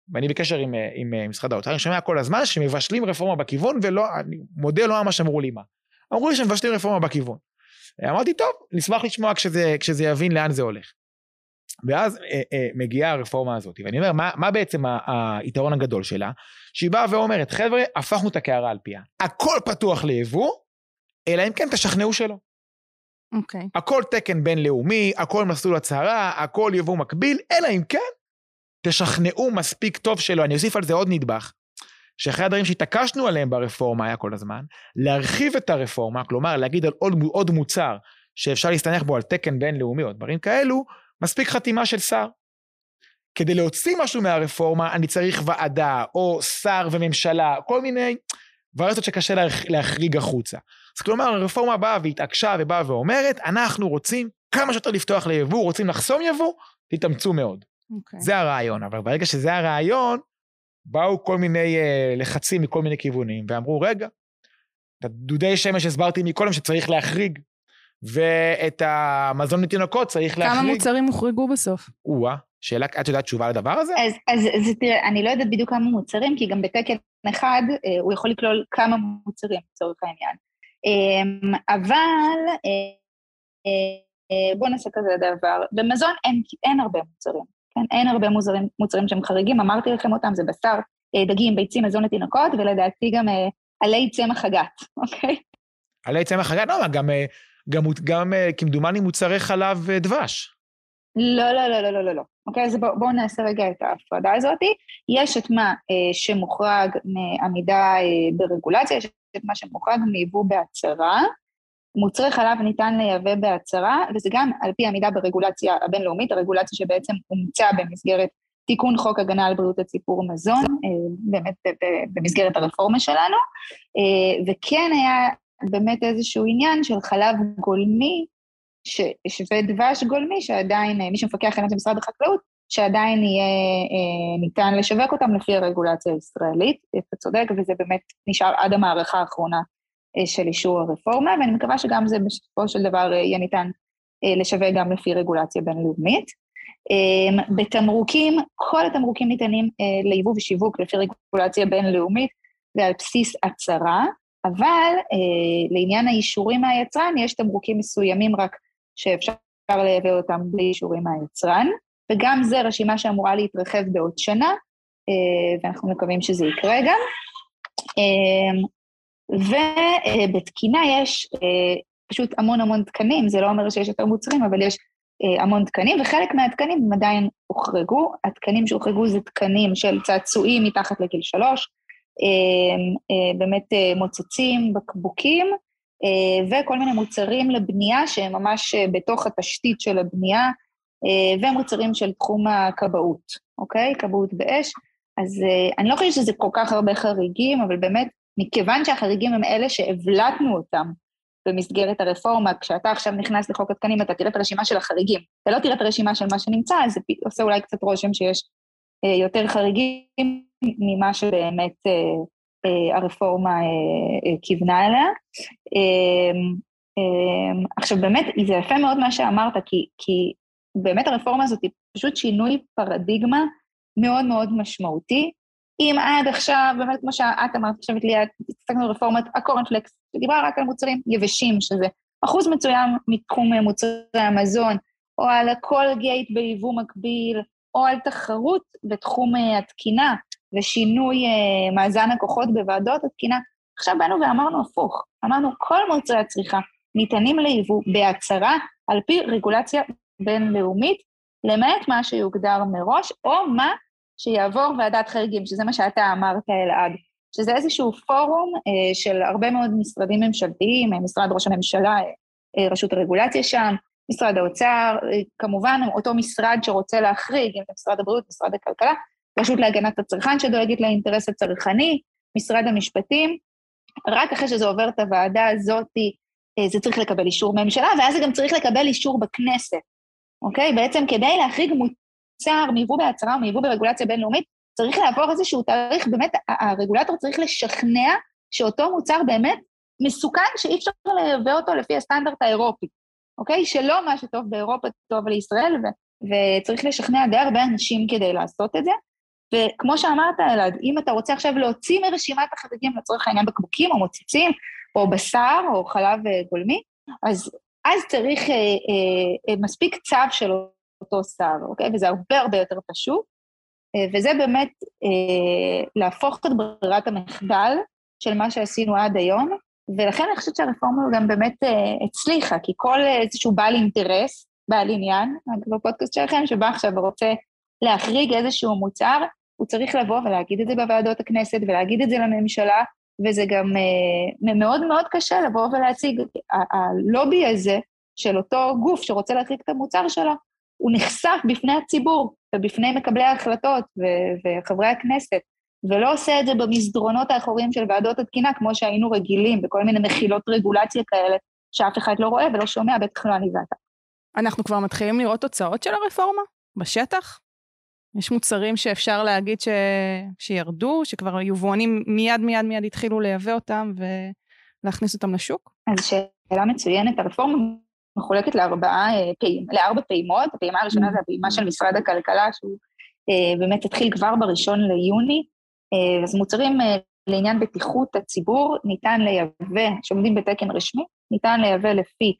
ואני בקשר עם, עם, עם משרד האוצר, אני שומע כל הזמן שמבשלים רפורמה בכיוון, ולא, אני מודה לא ממש אמרו לי מה. אמרו לי שמבשלים רפורמה בכיוון. אמרתי, טוב, נשמח לשמוע כשזה, כשזה יבין לאן זה הולך. ואז אה, אה, מגיעה הרפורמה הזאת, ואני אומר, מה, מה בעצם היתרון הגדול שלה? שהיא באה ואומרת, חבר'ה, הפכנו את הקערה על פיה. הכל פתוח ליבוא, אלא אם כן תשכנעו שלא. אוקיי. Okay. הכל תקן בינלאומי, הכל מסלול הצהרה, הכל יבוא מקביל, אלא אם כן תשכנעו מספיק טוב שלא. אני אוסיף על זה עוד נדבך, שאחרי הדברים שהתעקשנו עליהם ברפורמה היה כל הזמן, להרחיב את הרפורמה, כלומר להגיד על עוד, עוד מוצר שאפשר להסתנך בו על תקן בינלאומי או דברים כאלו, מספיק חתימה של שר. כדי להוציא משהו מהרפורמה, אני צריך ועדה או שר וממשלה, כל מיני ועדות שקשה להחריג החוצה. אז כלומר, הרפורמה באה והתעקשה ובאה ואומרת, אנחנו רוצים כמה שיותר לפתוח ליבוא, רוצים לחסום יבוא, תתאמצו מאוד. Okay. זה הרעיון, אבל ברגע שזה הרעיון, באו כל מיני uh, לחצים מכל מיני כיוונים, ואמרו, רגע, את דודי שמש הסברתי מקודם שצריך להחריג, ואת המזון לתינוקות צריך להחריג. כמה מוצרים הוחרגו בסוף? וואה, שאלה, את יודעת תשובה לדבר הזה? אז, אז, אז תראה, אני לא יודעת בדיוק כמה מוצרים, כי גם בתקן אחד אה, הוא יכול לכלול כמה מוצרים, לצורך העניין. אה, אבל אה, אה, בוא נעשה כזה דבר, במזון אין, אין הרבה מוצרים, כן? אין הרבה מוצרים, מוצרים שהם חריגים, אמרתי לכם אותם, זה בשר, אה, דגים, ביצים, מזון לתינוקות, ולדעתי גם אה, עלי צמח הגת, אוקיי? עלי צמח הגת, לא, גם, גם, גם כמדומני מוצרי חלב דבש. לא, לא, לא, לא, לא, לא. אוקיי, אז בואו בוא נעשה רגע את ההפרדה הזאת. יש את מה אה, שמוחרג מעמידה אה, ברגולציה, יש את מה שמוחרג מיבוא בהצהרה. מוצרי חלב ניתן לייבא בהצהרה, וזה גם על פי עמידה ברגולציה הבינלאומית, הרגולציה שבעצם הומצא במסגרת תיקון חוק הגנה על בריאות הציבור ומזון, אה, באמת במסגרת הרפורמה שלנו, אה, וכן היה באמת איזשהו עניין של חלב גולמי, שווה דבש גולמי, שעדיין, מי שמפקח עליהם זה משרד החקלאות, שעדיין יהיה אה, ניתן לשווק אותם לפי הרגולציה הישראלית, אתה צודק, וזה באמת נשאר עד המערכה האחרונה אה, של אישור הרפורמה, ואני מקווה שגם זה בסופו של דבר אה, יהיה ניתן אה, לשווק גם לפי רגולציה בינלאומית. אה, בתמרוקים, כל התמרוקים ניתנים אה, ליבוא ושיווק לפי רגולציה בינלאומית, ועל בסיס הצהרה, אבל אה, לעניין האישורים מהיצרן, יש תמרוקים מסוימים רק שאפשר לייבא אותם בלי אישורים מהיצרן, וגם זה רשימה שאמורה להתרחב בעוד שנה, אה, ואנחנו מקווים שזה יקרה גם. אה, ובתקינה יש אה, פשוט המון המון תקנים, זה לא אומר שיש יותר מוצרים, אבל יש אה, המון תקנים, וחלק מהתקנים הם עדיין הוחרגו, התקנים שהוחרגו זה תקנים של צעצועים מתחת לגיל שלוש, באמת מוצצים, בקבוקים, וכל מיני מוצרים לבנייה שהם ממש בתוך התשתית של הבנייה, ומוצרים של תחום הכבאות, אוקיי? כבאות באש. אז אני לא חושבת שזה כל כך הרבה חריגים, אבל באמת, מכיוון שהחריגים הם אלה שהבלטנו אותם במסגרת הרפורמה, כשאתה עכשיו נכנס לחוק התקנים, אתה תראה את הרשימה של החריגים, אתה לא תראה את הרשימה של מה שנמצא, אז זה עושה אולי קצת רושם שיש יותר חריגים, ממה שבאמת אה, אה, הרפורמה אה, אה, כיוונה אליה. אה, אה, עכשיו באמת, זה יפה מאוד מה שאמרת, כי, כי באמת הרפורמה הזאת היא פשוט שינוי פרדיגמה מאוד מאוד משמעותי. אם עד עכשיו, באמת כמו שאת אמרת, עכשיו את לי, התעסקנו ברפורמת הקורנפלקס, שדיברה רק על מוצרים יבשים, שזה אחוז מצוין מתחום מוצרי המזון, או על הקולגייט ביבוא מקביל, או על תחרות בתחום התקינה, ושינוי uh, מאזן הכוחות בוועדות התקינה. עכשיו באנו ואמרנו הפוך, אמרנו כל מוצרי הצריכה ניתנים ליבוא בהצהרה על פי רגולציה בינלאומית, למעט מה שיוגדר מראש, או מה שיעבור ועדת חריגים, שזה מה שאתה אמרת אלעד, שזה איזשהו פורום uh, של הרבה מאוד משרדים ממשלתיים, משרד ראש הממשלה, uh, רשות הרגולציה שם, משרד האוצר, כמובן אותו משרד שרוצה להחריג, אם זה משרד הבריאות, משרד הכלכלה, רשות להגנת הצרכן שדואגת לאינטרס הצרכני, משרד המשפטים, רק אחרי שזה עובר את הוועדה הזאת, זה צריך לקבל אישור ממשלה, ואז זה גם צריך לקבל אישור בכנסת, אוקיי? בעצם כדי להחריג מוצר מיבוא בהצהרה או מיבוא ברגולציה בינלאומית, צריך לעבור איזשהו תאריך, באמת הרגולטור צריך לשכנע שאותו מוצר באמת מסוכן, שאי אפשר לייבא אותו לפי הסטנדרט האירופי. אוקיי? שלא מה שטוב באירופה טוב לישראל, ו- וצריך לשכנע די הרבה אנשים כדי לעשות את זה. וכמו שאמרת, אלעד, אם אתה רוצה עכשיו להוציא מרשימת החריגים לצורך העניין בקבוקים או מוצצים, או בשר או חלב גולמי, אז, אז צריך אה, אה, מספיק צו של אותו שר, אוקיי? וזה הרבה הרבה יותר פשוט, אה, וזה באמת אה, להפוך את ברירת המחדל של מה שעשינו עד היום, ולכן אני חושבת שהרפורמה גם באמת אה, הצליחה, כי כל איזשהו בעל אינטרס, בעל עניין, בפודקאסט שלכם, שבא עכשיו ורוצה להחריג איזשהו מוצר, הוא צריך לבוא ולהגיד את זה בוועדות הכנסת, ולהגיד את זה לממשלה, וזה גם uh, מאוד מאוד קשה לבוא ולהציג, הלובי הזה של אותו גוף שרוצה להחריג את המוצר שלו, הוא נחשף בפני הציבור, ובפני מקבלי ההחלטות ו- וחברי הכנסת, ולא עושה את זה במסדרונות האחוריים של ועדות התקינה, כמו שהיינו רגילים, בכל מיני מחילות רגולציה כאלה, שאף אחד לא רואה ולא שומע, בטח לא אני ואתה. אנחנו כבר מתחילים לראות תוצאות של הרפורמה בשטח? יש מוצרים שאפשר להגיד ש... שירדו, שכבר יבואנים מיד מיד מיד התחילו לייבא אותם ולהכניס אותם לשוק? אז שאלה מצוינת, הרפורמה מחולקת לארבעה, פעימ... לארבע פעימות, הפעימה הראשונה זה הפעימה של משרד הכלכלה, שהוא באמת התחיל כבר בראשון ליוני, אז מוצרים לעניין בטיחות הציבור ניתן לייבא, שעומדים בתקן רשמי, ניתן לייבא לפי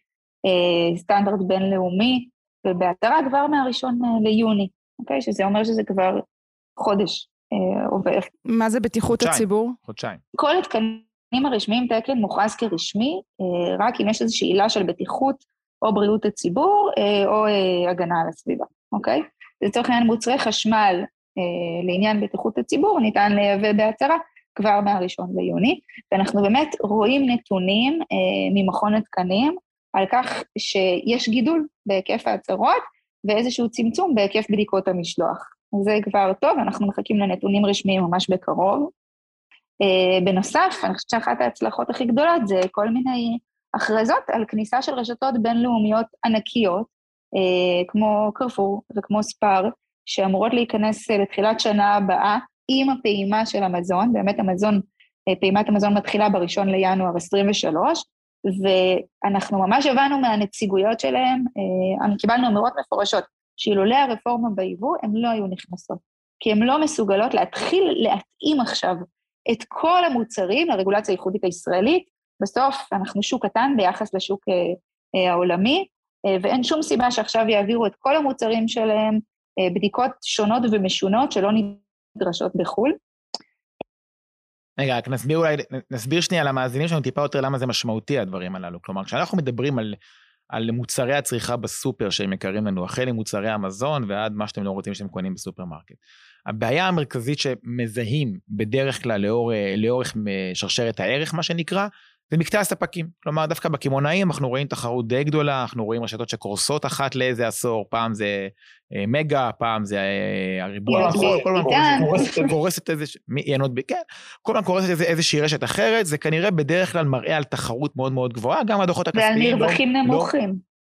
סטנדרט בינלאומי, ובהתרה כבר מהראשון ליוני. אוקיי, שזה אומר שזה כבר חודש אה, עובר. מה זה בטיחות חודשיים, הציבור? חודשיים. כל התקנים הרשמיים תקן מוכרז כרשמי, אה, רק אם יש איזושהי עילה של בטיחות, או בריאות הציבור, אה, או אה, הגנה על הסביבה, אוקיי? לצורך העניין מוצרי חשמל אה, לעניין בטיחות הציבור, ניתן לייבא בהצהרה כבר מהראשון ליוני, ואנחנו באמת רואים נתונים אה, ממכון התקנים, על כך שיש גידול בהיקף ההצהרות, ואיזשהו צמצום בהיקף בדיקות המשלוח. זה כבר טוב, אנחנו מחכים לנתונים רשמיים ממש בקרוב. בנוסף, אני חושבת שאחת ההצלחות הכי גדולות זה כל מיני הכרזות על כניסה של רשתות בינלאומיות ענקיות, כמו קרפור וכמו ספר, שאמורות להיכנס לתחילת שנה הבאה עם הפעימה של המזון, באמת המזון, פעימת המזון מתחילה בראשון לינואר עשרים ושלוש, ואנחנו ממש הבנו מהנציגויות שלהם, קיבלנו אמירות מפורשות, שאילולא הרפורמה ביבוא, הם לא היו נכנסות, כי הם לא מסוגלות להתחיל להתאים עכשיו את כל המוצרים לרגולציה הייחודית הישראלית, בסוף אנחנו שוק קטן ביחס לשוק העולמי, ואין שום סיבה שעכשיו יעבירו את כל המוצרים שלהם, בדיקות שונות ומשונות שלא נדרשות בחו"ל. רגע, רק נסביר אולי, נסביר שנייה למאזינים שלנו טיפה יותר למה זה משמעותי הדברים הללו. כלומר, כשאנחנו מדברים על, על מוצרי הצריכה בסופר שהם יקרים לנו, החל ממוצרי המזון ועד מה שאתם לא רוצים שאתם קונים בסופרמרקט. הבעיה המרכזית שמזהים בדרך כלל לאור, לאורך שרשרת הערך, מה שנקרא, זה מקטע הספקים. כלומר, דווקא בקמעונאים אנחנו רואים תחרות די גדולה, אנחנו רואים רשתות שקורסות אחת לאיזה עשור, פעם זה מגה, פעם זה הריבוע החול, כל פעם קורסת איזה, כן, כל פעם קורסת איזושהי רשת אחרת, זה כנראה בדרך כלל מראה על תחרות מאוד מאוד גבוהה, גם הדוחות הכספיים. ועל מרווחים נמוכים.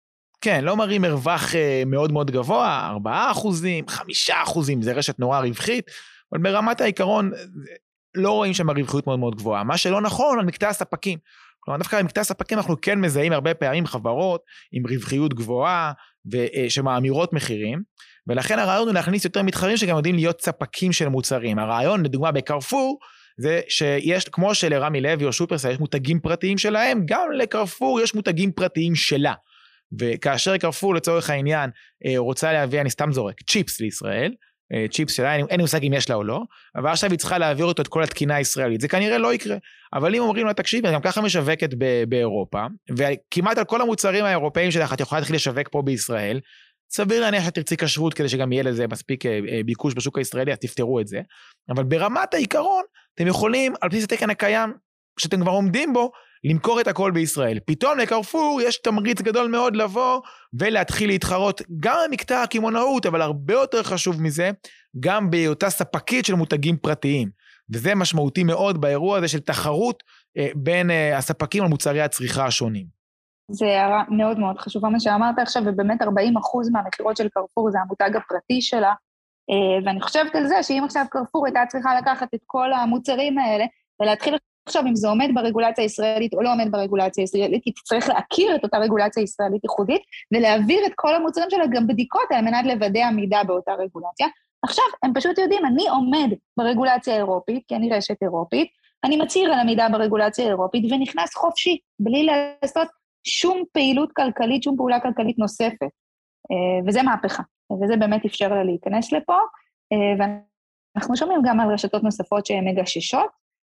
כן, לא מראים מרווח מאוד מאוד גבוה, ארבעה אחוזים, חמישה אחוזים, זה רשת נורא רווחית, אבל ברמת העיקרון, לא רואים שם הרווחיות מאוד מאוד גבוהה. מה שלא נכון על מקטע הספקים. כלומר, דווקא על מקטע הספקים אנחנו כן מזהים הרבה פעמים חברות עם רווחיות גבוהה ושמאמירות מחירים, ולכן הרעיון הוא להכניס יותר מתחרים שגם יודעים להיות ספקים של מוצרים. הרעיון, לדוגמה בקרפור, זה שיש, כמו שלרמי לוי או שופרסל, יש מותגים פרטיים שלהם, גם לקרפור יש מותגים פרטיים שלה. וכאשר קרפור לצורך העניין רוצה להביא, אני סתם זורק, צ'יפס לישראל, צ'יפס שלה, אין לי מושג אם יש לה או לא, אבל עכשיו היא צריכה להעביר אותו את כל התקינה הישראלית, זה כנראה לא יקרה, אבל אם אומרים לה תקשיב, גם ככה משווקת באירופה, וכמעט על כל המוצרים האירופאים שלך, את יכולה להתחיל לשווק פה בישראל, סביר להניח שתרצי כשרות, כדי שגם יהיה לזה מספיק ביקוש בשוק הישראלי, אז תפתרו את זה, אבל ברמת העיקרון, אתם יכולים, על בסיס התקן הקיים, שאתם כבר עומדים בו, למכור את הכל בישראל. פתאום לקרפור יש תמריץ גדול מאוד לבוא ולהתחיל להתחרות גם במקטע הקמעונאות, אבל הרבה יותר חשוב מזה, גם בהיותה ספקית של מותגים פרטיים. וזה משמעותי מאוד באירוע הזה של תחרות בין הספקים על מוצרי הצריכה השונים. זה הערה מאוד מאוד חשובה מה שאמרת עכשיו, ובאמת ארבעים אחוז מהמחירות של קרפור זה המותג הפרטי שלה, ואני חושבת על זה שאם עכשיו קרפור הייתה צריכה לקחת את כל המוצרים האלה, ולהתחיל עכשיו אם זה עומד ברגולציה הישראלית או לא עומד ברגולציה הישראלית, היא תצטרך להכיר את אותה רגולציה ישראלית ייחודית, ולהעביר את כל המוצרים שלה גם בדיקות על מנת לוודא עמידה באותה רגולציה, עכשיו, הם פשוט יודעים, אני עומד ברגולציה האירופית, כי אני רשת אירופית, אני מצהיר על עמידה ברגולציה האירופית, ונכנס חופשי, בלי לעשות שום פעילות כלכלית, שום פעולה כלכלית נוספת. וזה מהפכה, וזה באמת אפשר לה להיכנס לפה, ואנחנו שומעים גם על רשתות נוספות שהן מגששות,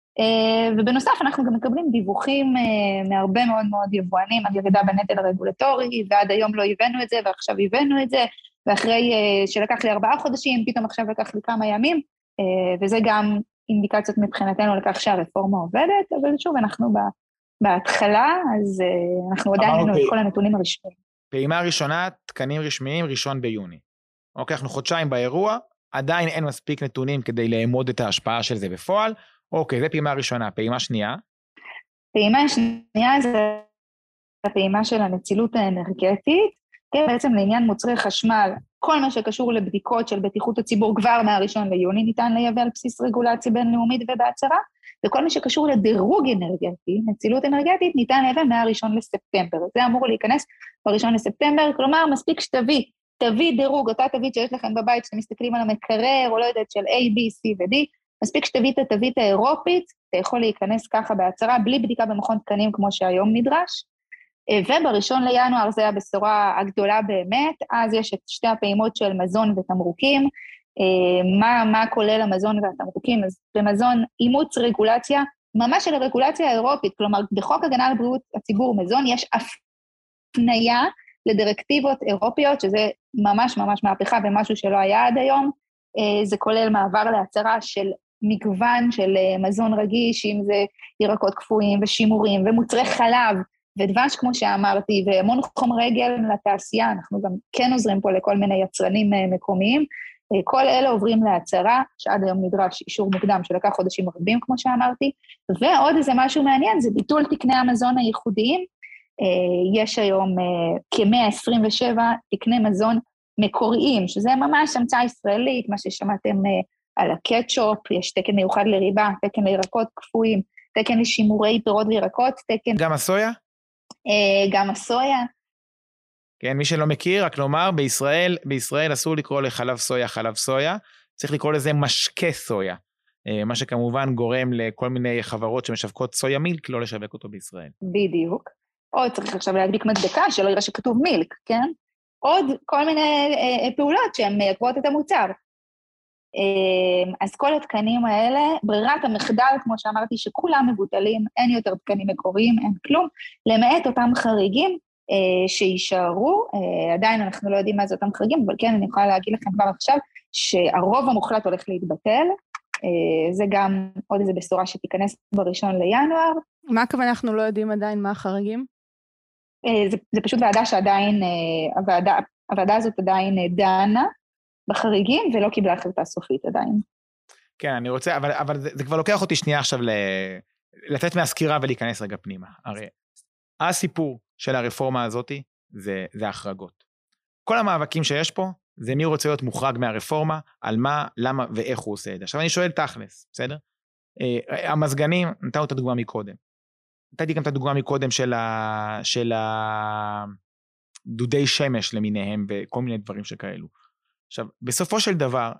ובנוסף אנחנו גם מקבלים דיווחים מהרבה מאוד מאוד יבואנים על ירידה בנטל הרגולטורי, ועד היום לא הבאנו את זה, ועכשיו הבאנו את זה, ואחרי שלקח לי ארבעה חודשים, פתאום עכשיו לקח לי כמה ימים, וזה גם אינדיקציות מבחינתנו לכך שהרפורמה עובדת, אבל שוב, אנחנו בהתחלה, אז אנחנו עדיין לנו את כל הנתונים הרשמיים. פעימה ראשונה, תקנים רשמיים, ראשון ביוני. אוקיי, אנחנו חודשיים באירוע, עדיין אין מספיק נתונים כדי לאמוד את ההשפעה של זה בפועל. אוקיי, זה פעימה ראשונה. פעימה שנייה? פעימה שנייה זה הפעימה של הנצילות האנרגטית, כן, בעצם לעניין מוצרי חשמל, כל מה שקשור לבדיקות של בטיחות הציבור כבר מהראשון ליוני ניתן לייבא על בסיס רגולציה בינלאומית ובהצהרה, וכל מה שקשור לדירוג אנרגטי, נצילות אנרגטית, ניתן לייבא מהראשון לספטמבר. זה אמור להיכנס בראשון לספטמבר, כלומר, מספיק שתביא, תביא דירוג, אותה תווית שיש לכם בבית, שאתם מסתכלים על המקרר, או לא יודעת, של A, B, C ו-D, מספיק שתביא את התווית האירופית, אתה יכול להיכנס ככה בהצהרה, בלי בדיקה במכון תקנים כמו שהיום נדרש, ובראשון לינואר זה הבשורה הגדולה באמת, אז יש את שתי הפעימות של מזון ותמרוקים, מה, מה כולל המזון והתמרוקים, אז במזון אימוץ רגולציה, ממש של הרגולציה האירופית, כלומר בחוק הגנה על בריאות הציבור מזון, יש הפניה לדירקטיבות אירופיות, שזה ממש ממש מהפכה ומשהו שלא היה עד היום, זה כולל מעבר להצהרה של מגוון של מזון רגיש, אם זה ירקות קפואים ושימורים ומוצרי חלב, ודבש כמו שאמרתי, והמון חומרי גלם לתעשייה, אנחנו גם כן עוזרים פה לכל מיני יצרנים מקומיים, כל אלה עוברים להצהרה, שעד היום נדרש אישור מוקדם שלקח חודשים רבים כמו שאמרתי, ועוד איזה משהו מעניין, זה ביטול תקני המזון הייחודיים, יש היום כ-מאה עשרים ושבע תקני מזון מקוריים, שזה ממש המצאה ישראלית, מה ששמעתם על הקטשופ, יש תקן מיוחד לריבה, תקן לירקות קפואים, תקן לשימורי פירות וירקות, תקן... גם הסויה? גם הסויה. כן, מי שלא מכיר, רק לומר, בישראל, בישראל אסור לקרוא לחלב סויה חלב סויה, צריך לקרוא לזה משקה סויה, מה שכמובן גורם לכל מיני חברות שמשווקות סויה מילק, לא לשווק אותו בישראל. בדיוק. או צריך עכשיו להדביק מדבקה, שלא יראה שכתוב מילק, כן? עוד כל מיני פעולות שהן מייקרות את המוצר. אז כל התקנים האלה, ברירת המחדל, כמו שאמרתי, שכולם מבוטלים, אין יותר תקנים מקוריים, אין כלום, למעט אותם חריגים שישארו, עדיין אנחנו לא יודעים מה זה אותם חריגים, אבל כן, אני יכולה להגיד לכם כבר עכשיו, שהרוב המוחלט הולך להתבטל, זה גם עוד איזו בשורה שתיכנס בראשון לינואר. מה הכוונה אנחנו לא יודעים עדיין מה החריגים? זה, זה פשוט ועדה שעדיין, הוועדה, הוועדה הזאת עדיין דנה בחריגים, ולא קיבלה החלטה סופית עדיין. כן, אני רוצה, אבל, אבל זה, זה כבר לוקח אותי שנייה עכשיו ל, לתת מהסקירה ולהיכנס רגע פנימה. הרי הסיפור של הרפורמה הזאת זה, זה החרגות. כל המאבקים שיש פה, זה מי רוצה להיות מוחרג מהרפורמה, על מה, למה ואיך הוא עושה את זה. עכשיו אני שואל תכלס, בסדר? המזגנים, נתנו את הדוגמה מקודם. נתתי גם את הדוגמה מקודם של ה, של הדודי שמש למיניהם, וכל מיני דברים שכאלו. עכשיו, בסופו של דבר,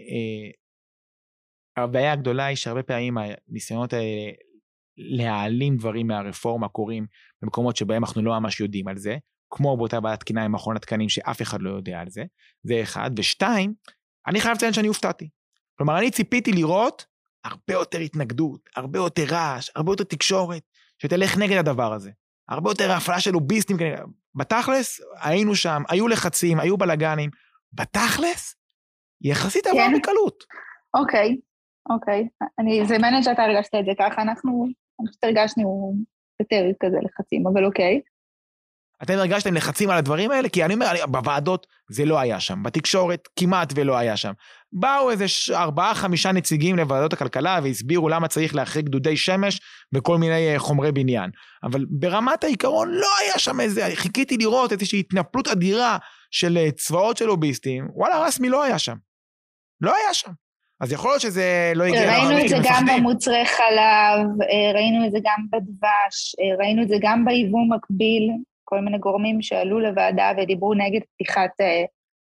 הבעיה הגדולה היא שהרבה פעמים הניסיונות האלה להעלים דברים מהרפורמה קורים במקומות שבהם אנחנו לא ממש יודעים על זה, כמו באותה בעיית תקינה עם מכון התקנים שאף אחד לא יודע על זה, זה אחד, ושתיים, אני חייב לציין שאני הופתעתי. כלומר, אני ציפיתי לראות הרבה יותר התנגדות, הרבה יותר רעש, הרבה יותר תקשורת, שתלך נגד הדבר הזה. הרבה יותר הפעלה של לוביסטים, בתכלס, היינו שם, היו לחצים, היו בלגנים, בתכלס, יחסית עבר כן. בקלות. אוקיי, אוקיי. אני, זה מעניין שאתה הרגשת את זה ככה, אנחנו, אני חושבת הרגשנו יותר כזה לחצים, אבל אוקיי. אתם הרגשתם לחצים על הדברים האלה? כי אני אומר, בוועדות זה לא היה שם, בתקשורת כמעט ולא היה שם. באו איזה ארבעה, חמישה נציגים לוועדות הכלכלה, והסבירו למה צריך להחריג דודי שמש, וכל מיני חומרי בניין. אבל ברמת העיקרון לא היה שם איזה, חיכיתי לראות איזושהי התנפלות אדירה, של צבאות של לוביסטים, וואלה, רסמי לא היה שם. לא היה שם. אז יכול להיות שזה לא הגיע... ראינו את זה גם במוצרי חלב, ראינו את זה גם בדבש, ראינו את זה גם ביבוא מקביל, כל מיני גורמים שעלו לוועדה ודיברו נגד פתיחת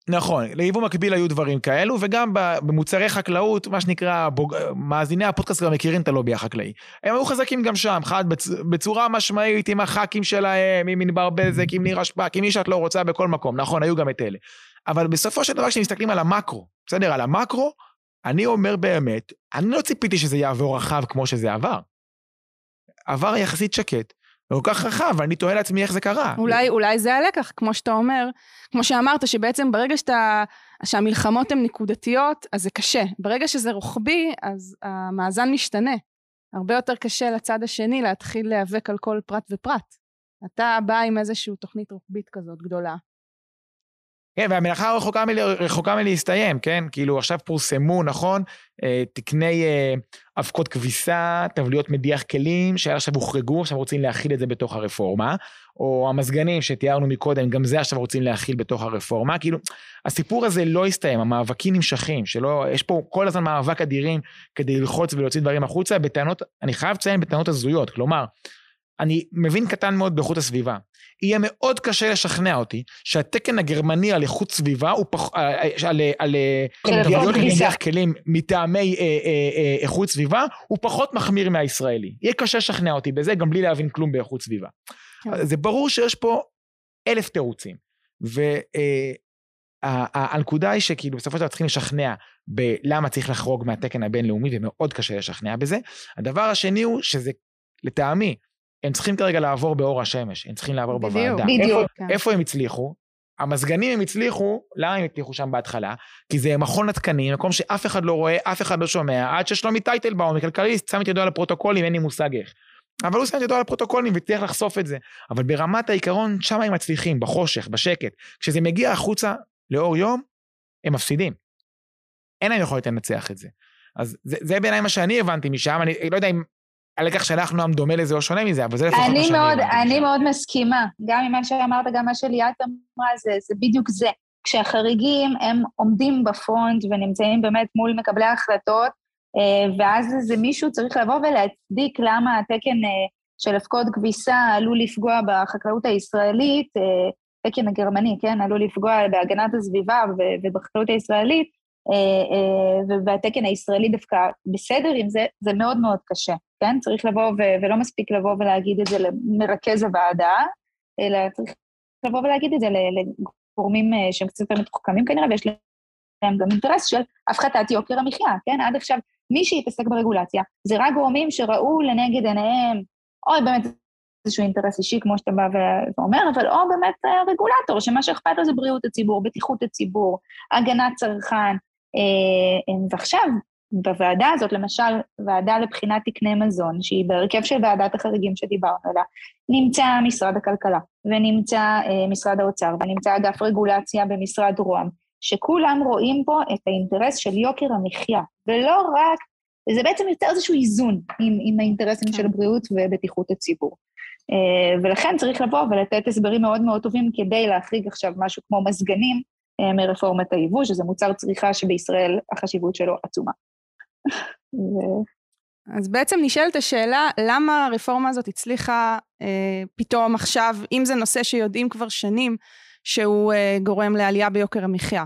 נכון, ליבוא מקביל היו דברים כאלו, וגם במוצרי חקלאות, מה שנקרא, בוג... מאזיני הפודקאסט כבר מכירים את הלובי החקלאי. הם היו חזקים גם שם, חד בצ... בצורה משמעית, עם הח"כים שלהם, עם ענבר בזק, עם נירה שפק, עם מי שאת לא רוצה בכל מקום, נכון, היו גם את אלה. אבל בסופו של דבר, כשמסתכלים על המקרו, בסדר, על המקרו, אני אומר באמת, אני לא ציפיתי שזה יעבור רחב כמו שזה עבר. עבר יחסית שקט. לא כל כך רחב, ואני תוהה לעצמי איך זה קרה. אולי, אולי זה הלקח, כמו שאתה אומר, כמו שאמרת, שבעצם ברגע שאתה, שהמלחמות הן נקודתיות, אז זה קשה. ברגע שזה רוחבי, אז המאזן משתנה. הרבה יותר קשה לצד השני להתחיל להיאבק על כל פרט ופרט. אתה בא עם איזושהי תוכנית רוחבית כזאת גדולה. כן, והמלאכה רחוקה, מל... רחוקה מלהסתיים, כן? כאילו עכשיו פורסמו, נכון? תקני אבקות כביסה, טבליות מדיח כלים, שעכשיו הוחרגו, עכשיו רוצים להכיל את זה בתוך הרפורמה, או המזגנים שתיארנו מקודם, גם זה עכשיו רוצים להכיל בתוך הרפורמה, כאילו, הסיפור הזה לא הסתיים, המאבקים נמשכים, שלא, יש פה כל הזמן מאבק אדירים, כדי ללחוץ ולהוציא דברים החוצה, בטענות, אני חייב לציין בטענות הזויות, כלומר, אני מבין קטן מאוד באיכות הסביבה, יהיה מאוד קשה לשכנע אותי שהתקן הגרמני על איכות סביבה הוא פח... על, על טבליות מדיח כלים מטעמי איכות סביבה הוא פחות מחמיר מהישראלי. יהיה קשה לשכנע אותי בזה גם בלי להבין כלום באיכות סביבה. זה ברור שיש פה אלף תירוצים. והנקודה היא שכאילו בסופו של דבר צריכים לשכנע בלמה צריך לחרוג מהתקן הבינלאומי ומאוד קשה לשכנע בזה. הדבר השני הוא שזה לטעמי הם צריכים כרגע לעבור באור השמש, הם צריכים לעבור בוועדה. בדיוק. איפה, איפה הם הצליחו? המזגנים הם הצליחו, למה הם הצליחו שם בהתחלה? כי זה מכון התקנים, מקום שאף אחד לא רואה, אף אחד לא שומע, עד ששלומי טייטלבאום, מכלכליסט, שם את ידו על הפרוטוקולים, אין לי מושג איך. אבל הוא שם את ידו על הפרוטוקולים וצריך לחשוף את זה. אבל ברמת העיקרון, שם הם מצליחים, בחושך, בשקט. כשזה מגיע החוצה לאור יום, הם מפסידים. אין להם יכולת לנצח את זה. אז זה, זה בעיניי מה שאני הבנתי משם, אני לא יודע אם הלקח שלך נועם דומה לזה או שונה מזה, אבל זה לפחות מה שאני הבנתי. אני מאוד מסכימה, גם ממה שאמרת, גם מה שליאת אמרה, זה, זה בדיוק זה. כשהחריגים הם עומדים בפרונט ונמצאים באמת מול מקבלי ההחלטות, ואז זה מישהו צריך לבוא ולהצדיק למה התקן של אבקות כביסה עלול לפגוע בחקלאות הישראלית, תקן הגרמני, כן, עלול לפגוע בהגנת הסביבה ובחקלאות הישראלית, והתקן הישראלי דווקא בסדר עם זה, זה מאוד מאוד קשה, כן? צריך לבוא ולא מספיק לבוא ולהגיד את זה למרכז הוועדה, אלא צריך לבוא ולהגיד את זה לגורמים שהם קצת יותר מתוחכמים כנראה, ויש להם גם אינטרס של הפחתת יוקר המחיה, כן? עד עכשיו מי שיתעסק ברגולציה, זה רק גורמים שראו לנגד עיניהם, או באמת איזשהו אינטרס אישי, כמו שאתה בא ואומר, אבל או באמת רגולטור, שמה שאכפת לו זה בריאות הציבור, בטיחות הציבור, הגנת צרכן, ועכשיו, בוועדה הזאת, למשל, ועדה לבחינת תקני מזון, שהיא בהרכב של ועדת החריגים שדיברנו עליה, נמצא משרד הכלכלה, ונמצא משרד האוצר, ונמצא אגף רגולציה במשרד רוה"מ, שכולם רואים פה את האינטרס של יוקר המחיה, ולא רק, זה בעצם יוצר איזשהו איזון עם, עם האינטרסים של בריאות ובטיחות הציבור. ולכן צריך לבוא ולתת הסברים מאוד מאוד טובים כדי להחריג עכשיו משהו כמו מזגנים, מרפורמת היבוא, שזה מוצר צריכה שבישראל החשיבות שלו עצומה. אז בעצם נשאלת השאלה, למה הרפורמה הזאת הצליחה אה, פתאום עכשיו, אם זה נושא שיודעים כבר שנים, שהוא אה, גורם לעלייה ביוקר המחיה,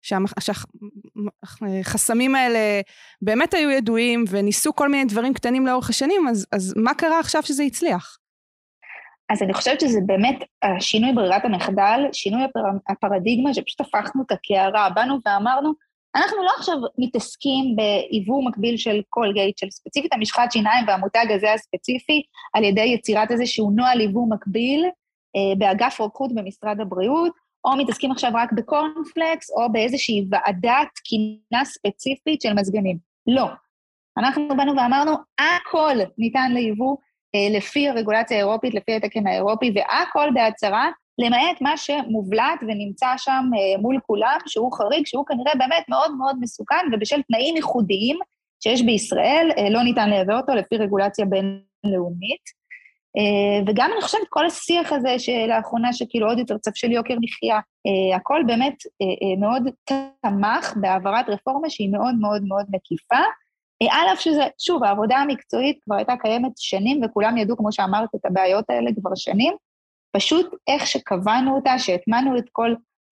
שהחסמים האלה באמת היו ידועים, וניסו כל מיני דברים קטנים לאורך השנים, אז, אז מה קרה עכשיו שזה הצליח? אז אני חושבת שזה באמת השינוי ברירת המחדל, שינוי הפר... הפרדיגמה, שפשוט הפכנו את הקערה, באנו ואמרנו, אנחנו לא עכשיו מתעסקים בעיבור מקביל של קולגייט, של ספציפית המשחת שיניים והמותג הזה הספציפי, על ידי יצירת איזשהו נוהל עיבור מקביל, אה, באגף רוקחות במשרד הבריאות, או מתעסקים עכשיו רק בקורנפלקס, או באיזושהי ועדת תקינה ספציפית של מזגנים. לא. אנחנו באנו ואמרנו, הכל ניתן לעיבור, לפי הרגולציה האירופית, לפי התקן האירופי, והכל בהצהרה, למעט מה שמובלט ונמצא שם מול כולם, שהוא חריג, שהוא כנראה באמת מאוד מאוד מסוכן, ובשל תנאים ייחודיים שיש בישראל, לא ניתן לייבא אותו לפי רגולציה בינלאומית. וגם אני חושבת כל השיח הזה שלאחרונה שכאילו עוד יותר צף של יוקר מחיה, הכל באמת מאוד תמך בעברת רפורמה שהיא מאוד מאוד מאוד מקיפה, א' שזה, שוב, העבודה המקצועית כבר הייתה קיימת שנים, וכולם ידעו, כמו שאמרת, את הבעיות האלה כבר שנים, פשוט איך שקבענו אותה, שהטמנו את כל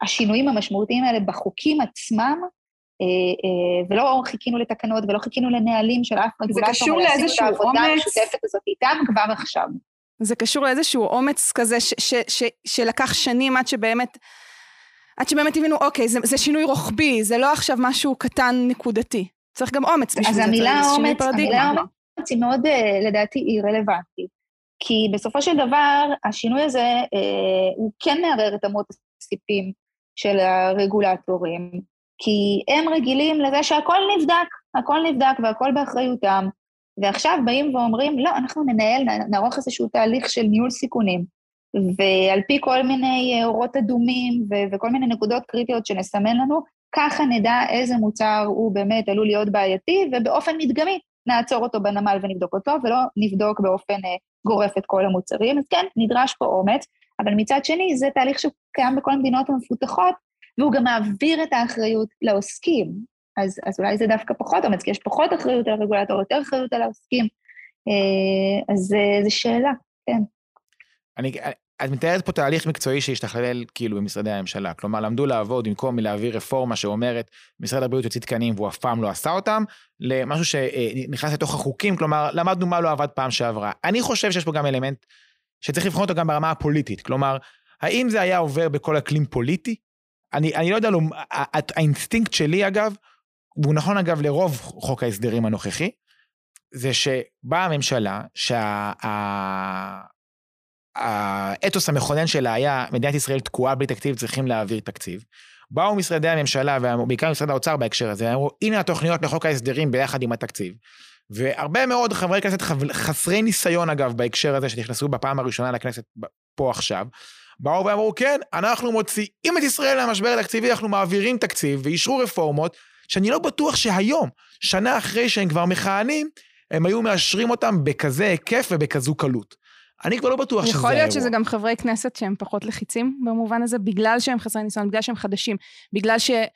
השינויים המשמעותיים האלה בחוקים עצמם, ולא חיכינו לתקנות, ולא חיכינו לנהלים של אף רגולטור, זה קשור לאיזשהו אומץ, העבודה המשותפת הזאת איתם כבר עכשיו. זה קשור לאיזשהו אומץ כזה, ש, ש, ש, שלקח שנים עד שבאמת, עד שבאמת הבינו, אוקיי, זה, זה שינוי רוחבי, זה לא עכשיו משהו קטן נקודתי. צריך גם אומץ בשביל זה. אז המילה אומץ, המילה אומץ היא מאוד, לדעתי, היא רלוונטית. כי בסופו של דבר, השינוי הזה, הוא כן מערער את אמות הסיפים של הרגולטורים, כי הם רגילים לזה שהכל נבדק, הכל נבדק והכל באחריותם, ועכשיו באים ואומרים, לא, אנחנו ננהל, נערוך איזשהו תהליך של ניהול סיכונים, ועל פי כל מיני אורות אדומים ו- וכל מיני נקודות קריטיות שנסמן לנו, ככה נדע איזה מוצר הוא באמת עלול להיות בעייתי, ובאופן מדגמי נעצור אותו בנמל ונבדוק אותו, ולא נבדוק באופן גורף את כל המוצרים. אז כן, נדרש פה אומץ, אבל מצד שני זה תהליך שקיים בכל המדינות המפותחות, והוא גם מעביר את האחריות לעוסקים. אז, אז אולי זה דווקא פחות אומץ, כי יש פחות אחריות על הרגולטור, יותר אחריות על העוסקים. אז זו שאלה, כן. אני, את מתארת פה תהליך מקצועי שהשתכלל כאילו במשרדי הממשלה, כלומר למדו לעבוד במקום מלהעביר רפורמה שאומרת משרד הבריאות יוציא תקנים והוא אף פעם לא עשה אותם, למשהו שנכנס לתוך החוקים, כלומר למדנו מה לא עבד פעם שעברה. אני חושב שיש פה גם אלמנט שצריך לבחון אותו גם ברמה הפוליטית, כלומר האם זה היה עובר בכל אקלים פוליטי? אני, אני לא יודע, לא, האינסטינקט שלי אגב, והוא נכון אגב לרוב חוק ההסדרים הנוכחי, זה שבאה הממשלה שה... האתוס המכונן שלה היה, מדינת ישראל תקועה בלי תקציב, צריכים להעביר תקציב. באו משרדי הממשלה, ובעיקר משרד האוצר בהקשר הזה, אמרו, הנה התוכניות לחוק ההסדרים ביחד עם התקציב. והרבה מאוד חברי כנסת חסרי ניסיון אגב, בהקשר הזה, שנכנסו בפעם הראשונה לכנסת פה עכשיו, באו ואמרו, כן, אנחנו מוציאים את ישראל למשבר התקציבי, אנחנו מעבירים תקציב, ואישרו רפורמות, שאני לא בטוח שהיום, שנה אחרי שהם כבר מכהנים, הם היו מאשרים אותם בכזה היקף ובכזו קלות. אני כבר לא בטוח שזה האירוע. יכול להיות שזה גם חברי כנסת שהם פחות לחיצים במובן הזה, בגלל שהם חסרי ניסיון, בגלל שהם חדשים, בגלל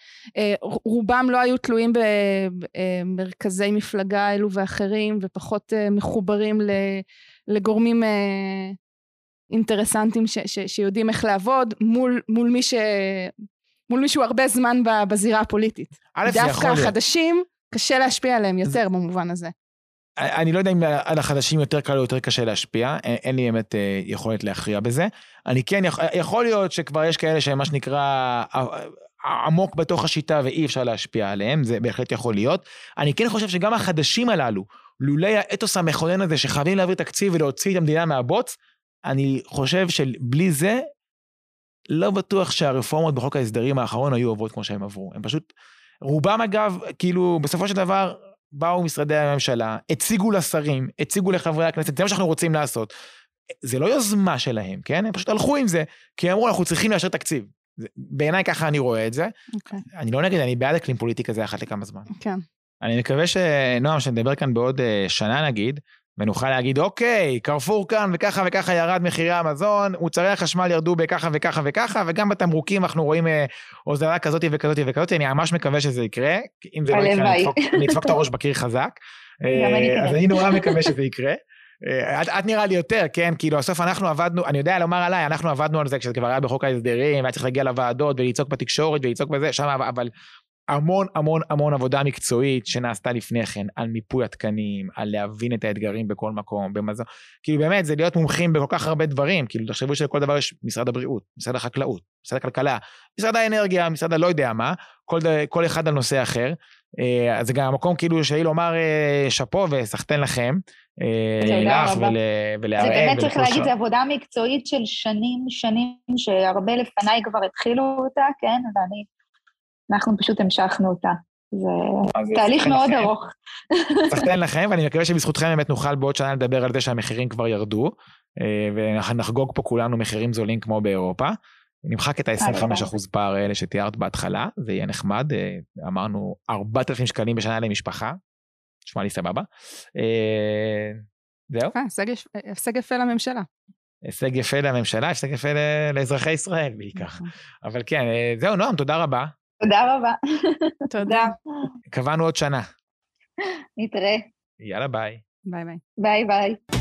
שרובם לא היו תלויים במרכזי מפלגה אלו ואחרים, ופחות מחוברים לגורמים אינטרסנטים שיודעים איך לעבוד, מול מי ש... מול מישהו הרבה זמן בזירה הפוליטית. דווקא החדשים, קשה להשפיע עליהם יותר במובן הזה. אני לא יודע אם על החדשים יותר קל או יותר קשה להשפיע, אין לי באמת יכולת להכריע בזה. אני כן, יכול להיות שכבר יש כאלה שהם מה שנקרא עמוק בתוך השיטה ואי אפשר להשפיע עליהם, זה בהחלט יכול להיות. אני כן חושב שגם החדשים הללו, לולי האתוס המכונן הזה שחייבים להעביר תקציב ולהוציא את המדינה מהבוץ, אני חושב שבלי זה, לא בטוח שהרפורמות בחוק ההסדרים האחרון היו עוברות כמו שהם עברו. הם פשוט, רובם אגב, כאילו בסופו של דבר, באו משרדי הממשלה, הציגו לשרים, הציגו לחברי הכנסת, זה מה שאנחנו רוצים לעשות. זה לא יוזמה שלהם, כן? הם פשוט הלכו עם זה, כי הם אמרו, אנחנו צריכים לאשר תקציב. בעיניי ככה אני רואה את זה. Okay. אני לא נגיד, אני בעד אקלים פוליטי כזה אחת לכמה זמן. כן. Okay. אני מקווה שנועם, שנדבר כאן בעוד שנה נגיד, ונוכל להגיד, אוקיי, קרפור כאן וככה וככה ירד מחירי המזון, מוצרי החשמל ירדו בככה וככה וככה, וגם בתמרוקים אנחנו רואים הוזלה כזאת וכזאת וכזאת, אני ממש מקווה שזה יקרה, אם זה לא יקרה, אני אדפוק את הראש בקיר חזק, אז אני נורא מקווה שזה יקרה. את, את נראה לי יותר, כן? כאילו, הסוף אנחנו עבדנו, אני יודע לומר עליי, אנחנו עבדנו על זה כשזה כבר היה בחוק ההסדרים, והיה צריך להגיע לוועדות ולצעוק בתקשורת ולצעוק בזה, שם, אבל המון המון המון עבודה מקצועית שנעשתה לפני כן, על מיפוי התקנים, על להבין את האתגרים בכל מקום, במזון, כאילו באמת זה להיות מומחים בכל כך הרבה דברים, כאילו תחשבו שלכל דבר יש משרד הבריאות, משרד החקלאות, משרד הכלכלה, משרד האנרגיה, משרד הלא יודע מה, כל, כל אחד על נושא אחר, אז זה גם המקום כאילו שהיא לומר שפו וסחטן לכם, לך ולהראל. זה באמת צריך להגיד, זה עבודה מקצועית של שנים, שנים שהרבה לפניי כבר התחילו אותה, כן, ואני אנחנו פשוט המשכנו אותה. זה תהליך מאוד ארוך. סחטן לכם, ואני מקווה שבזכותכם באמת נוכל בעוד שנה לדבר על זה שהמחירים כבר ירדו, ונחגוג פה כולנו מחירים זולים כמו באירופה. נמחק את ה-עשרים וחמישה אחוז פער האלה שתיארת בהתחלה, זה יהיה נחמד, אמרנו ארבעת אלפים שקלים בשנה למשפחה, שמע לי סבבה. זהו? הישג יפה לממשלה. הישג יפה לממשלה, הישג יפה לאזרחי ישראל בעיקר. אבל כן, זהו נועם, תודה רבה. תודה רבה. תודה. קבענו עוד שנה. נתראה. יאללה ביי. ביי ביי. ביי ביי.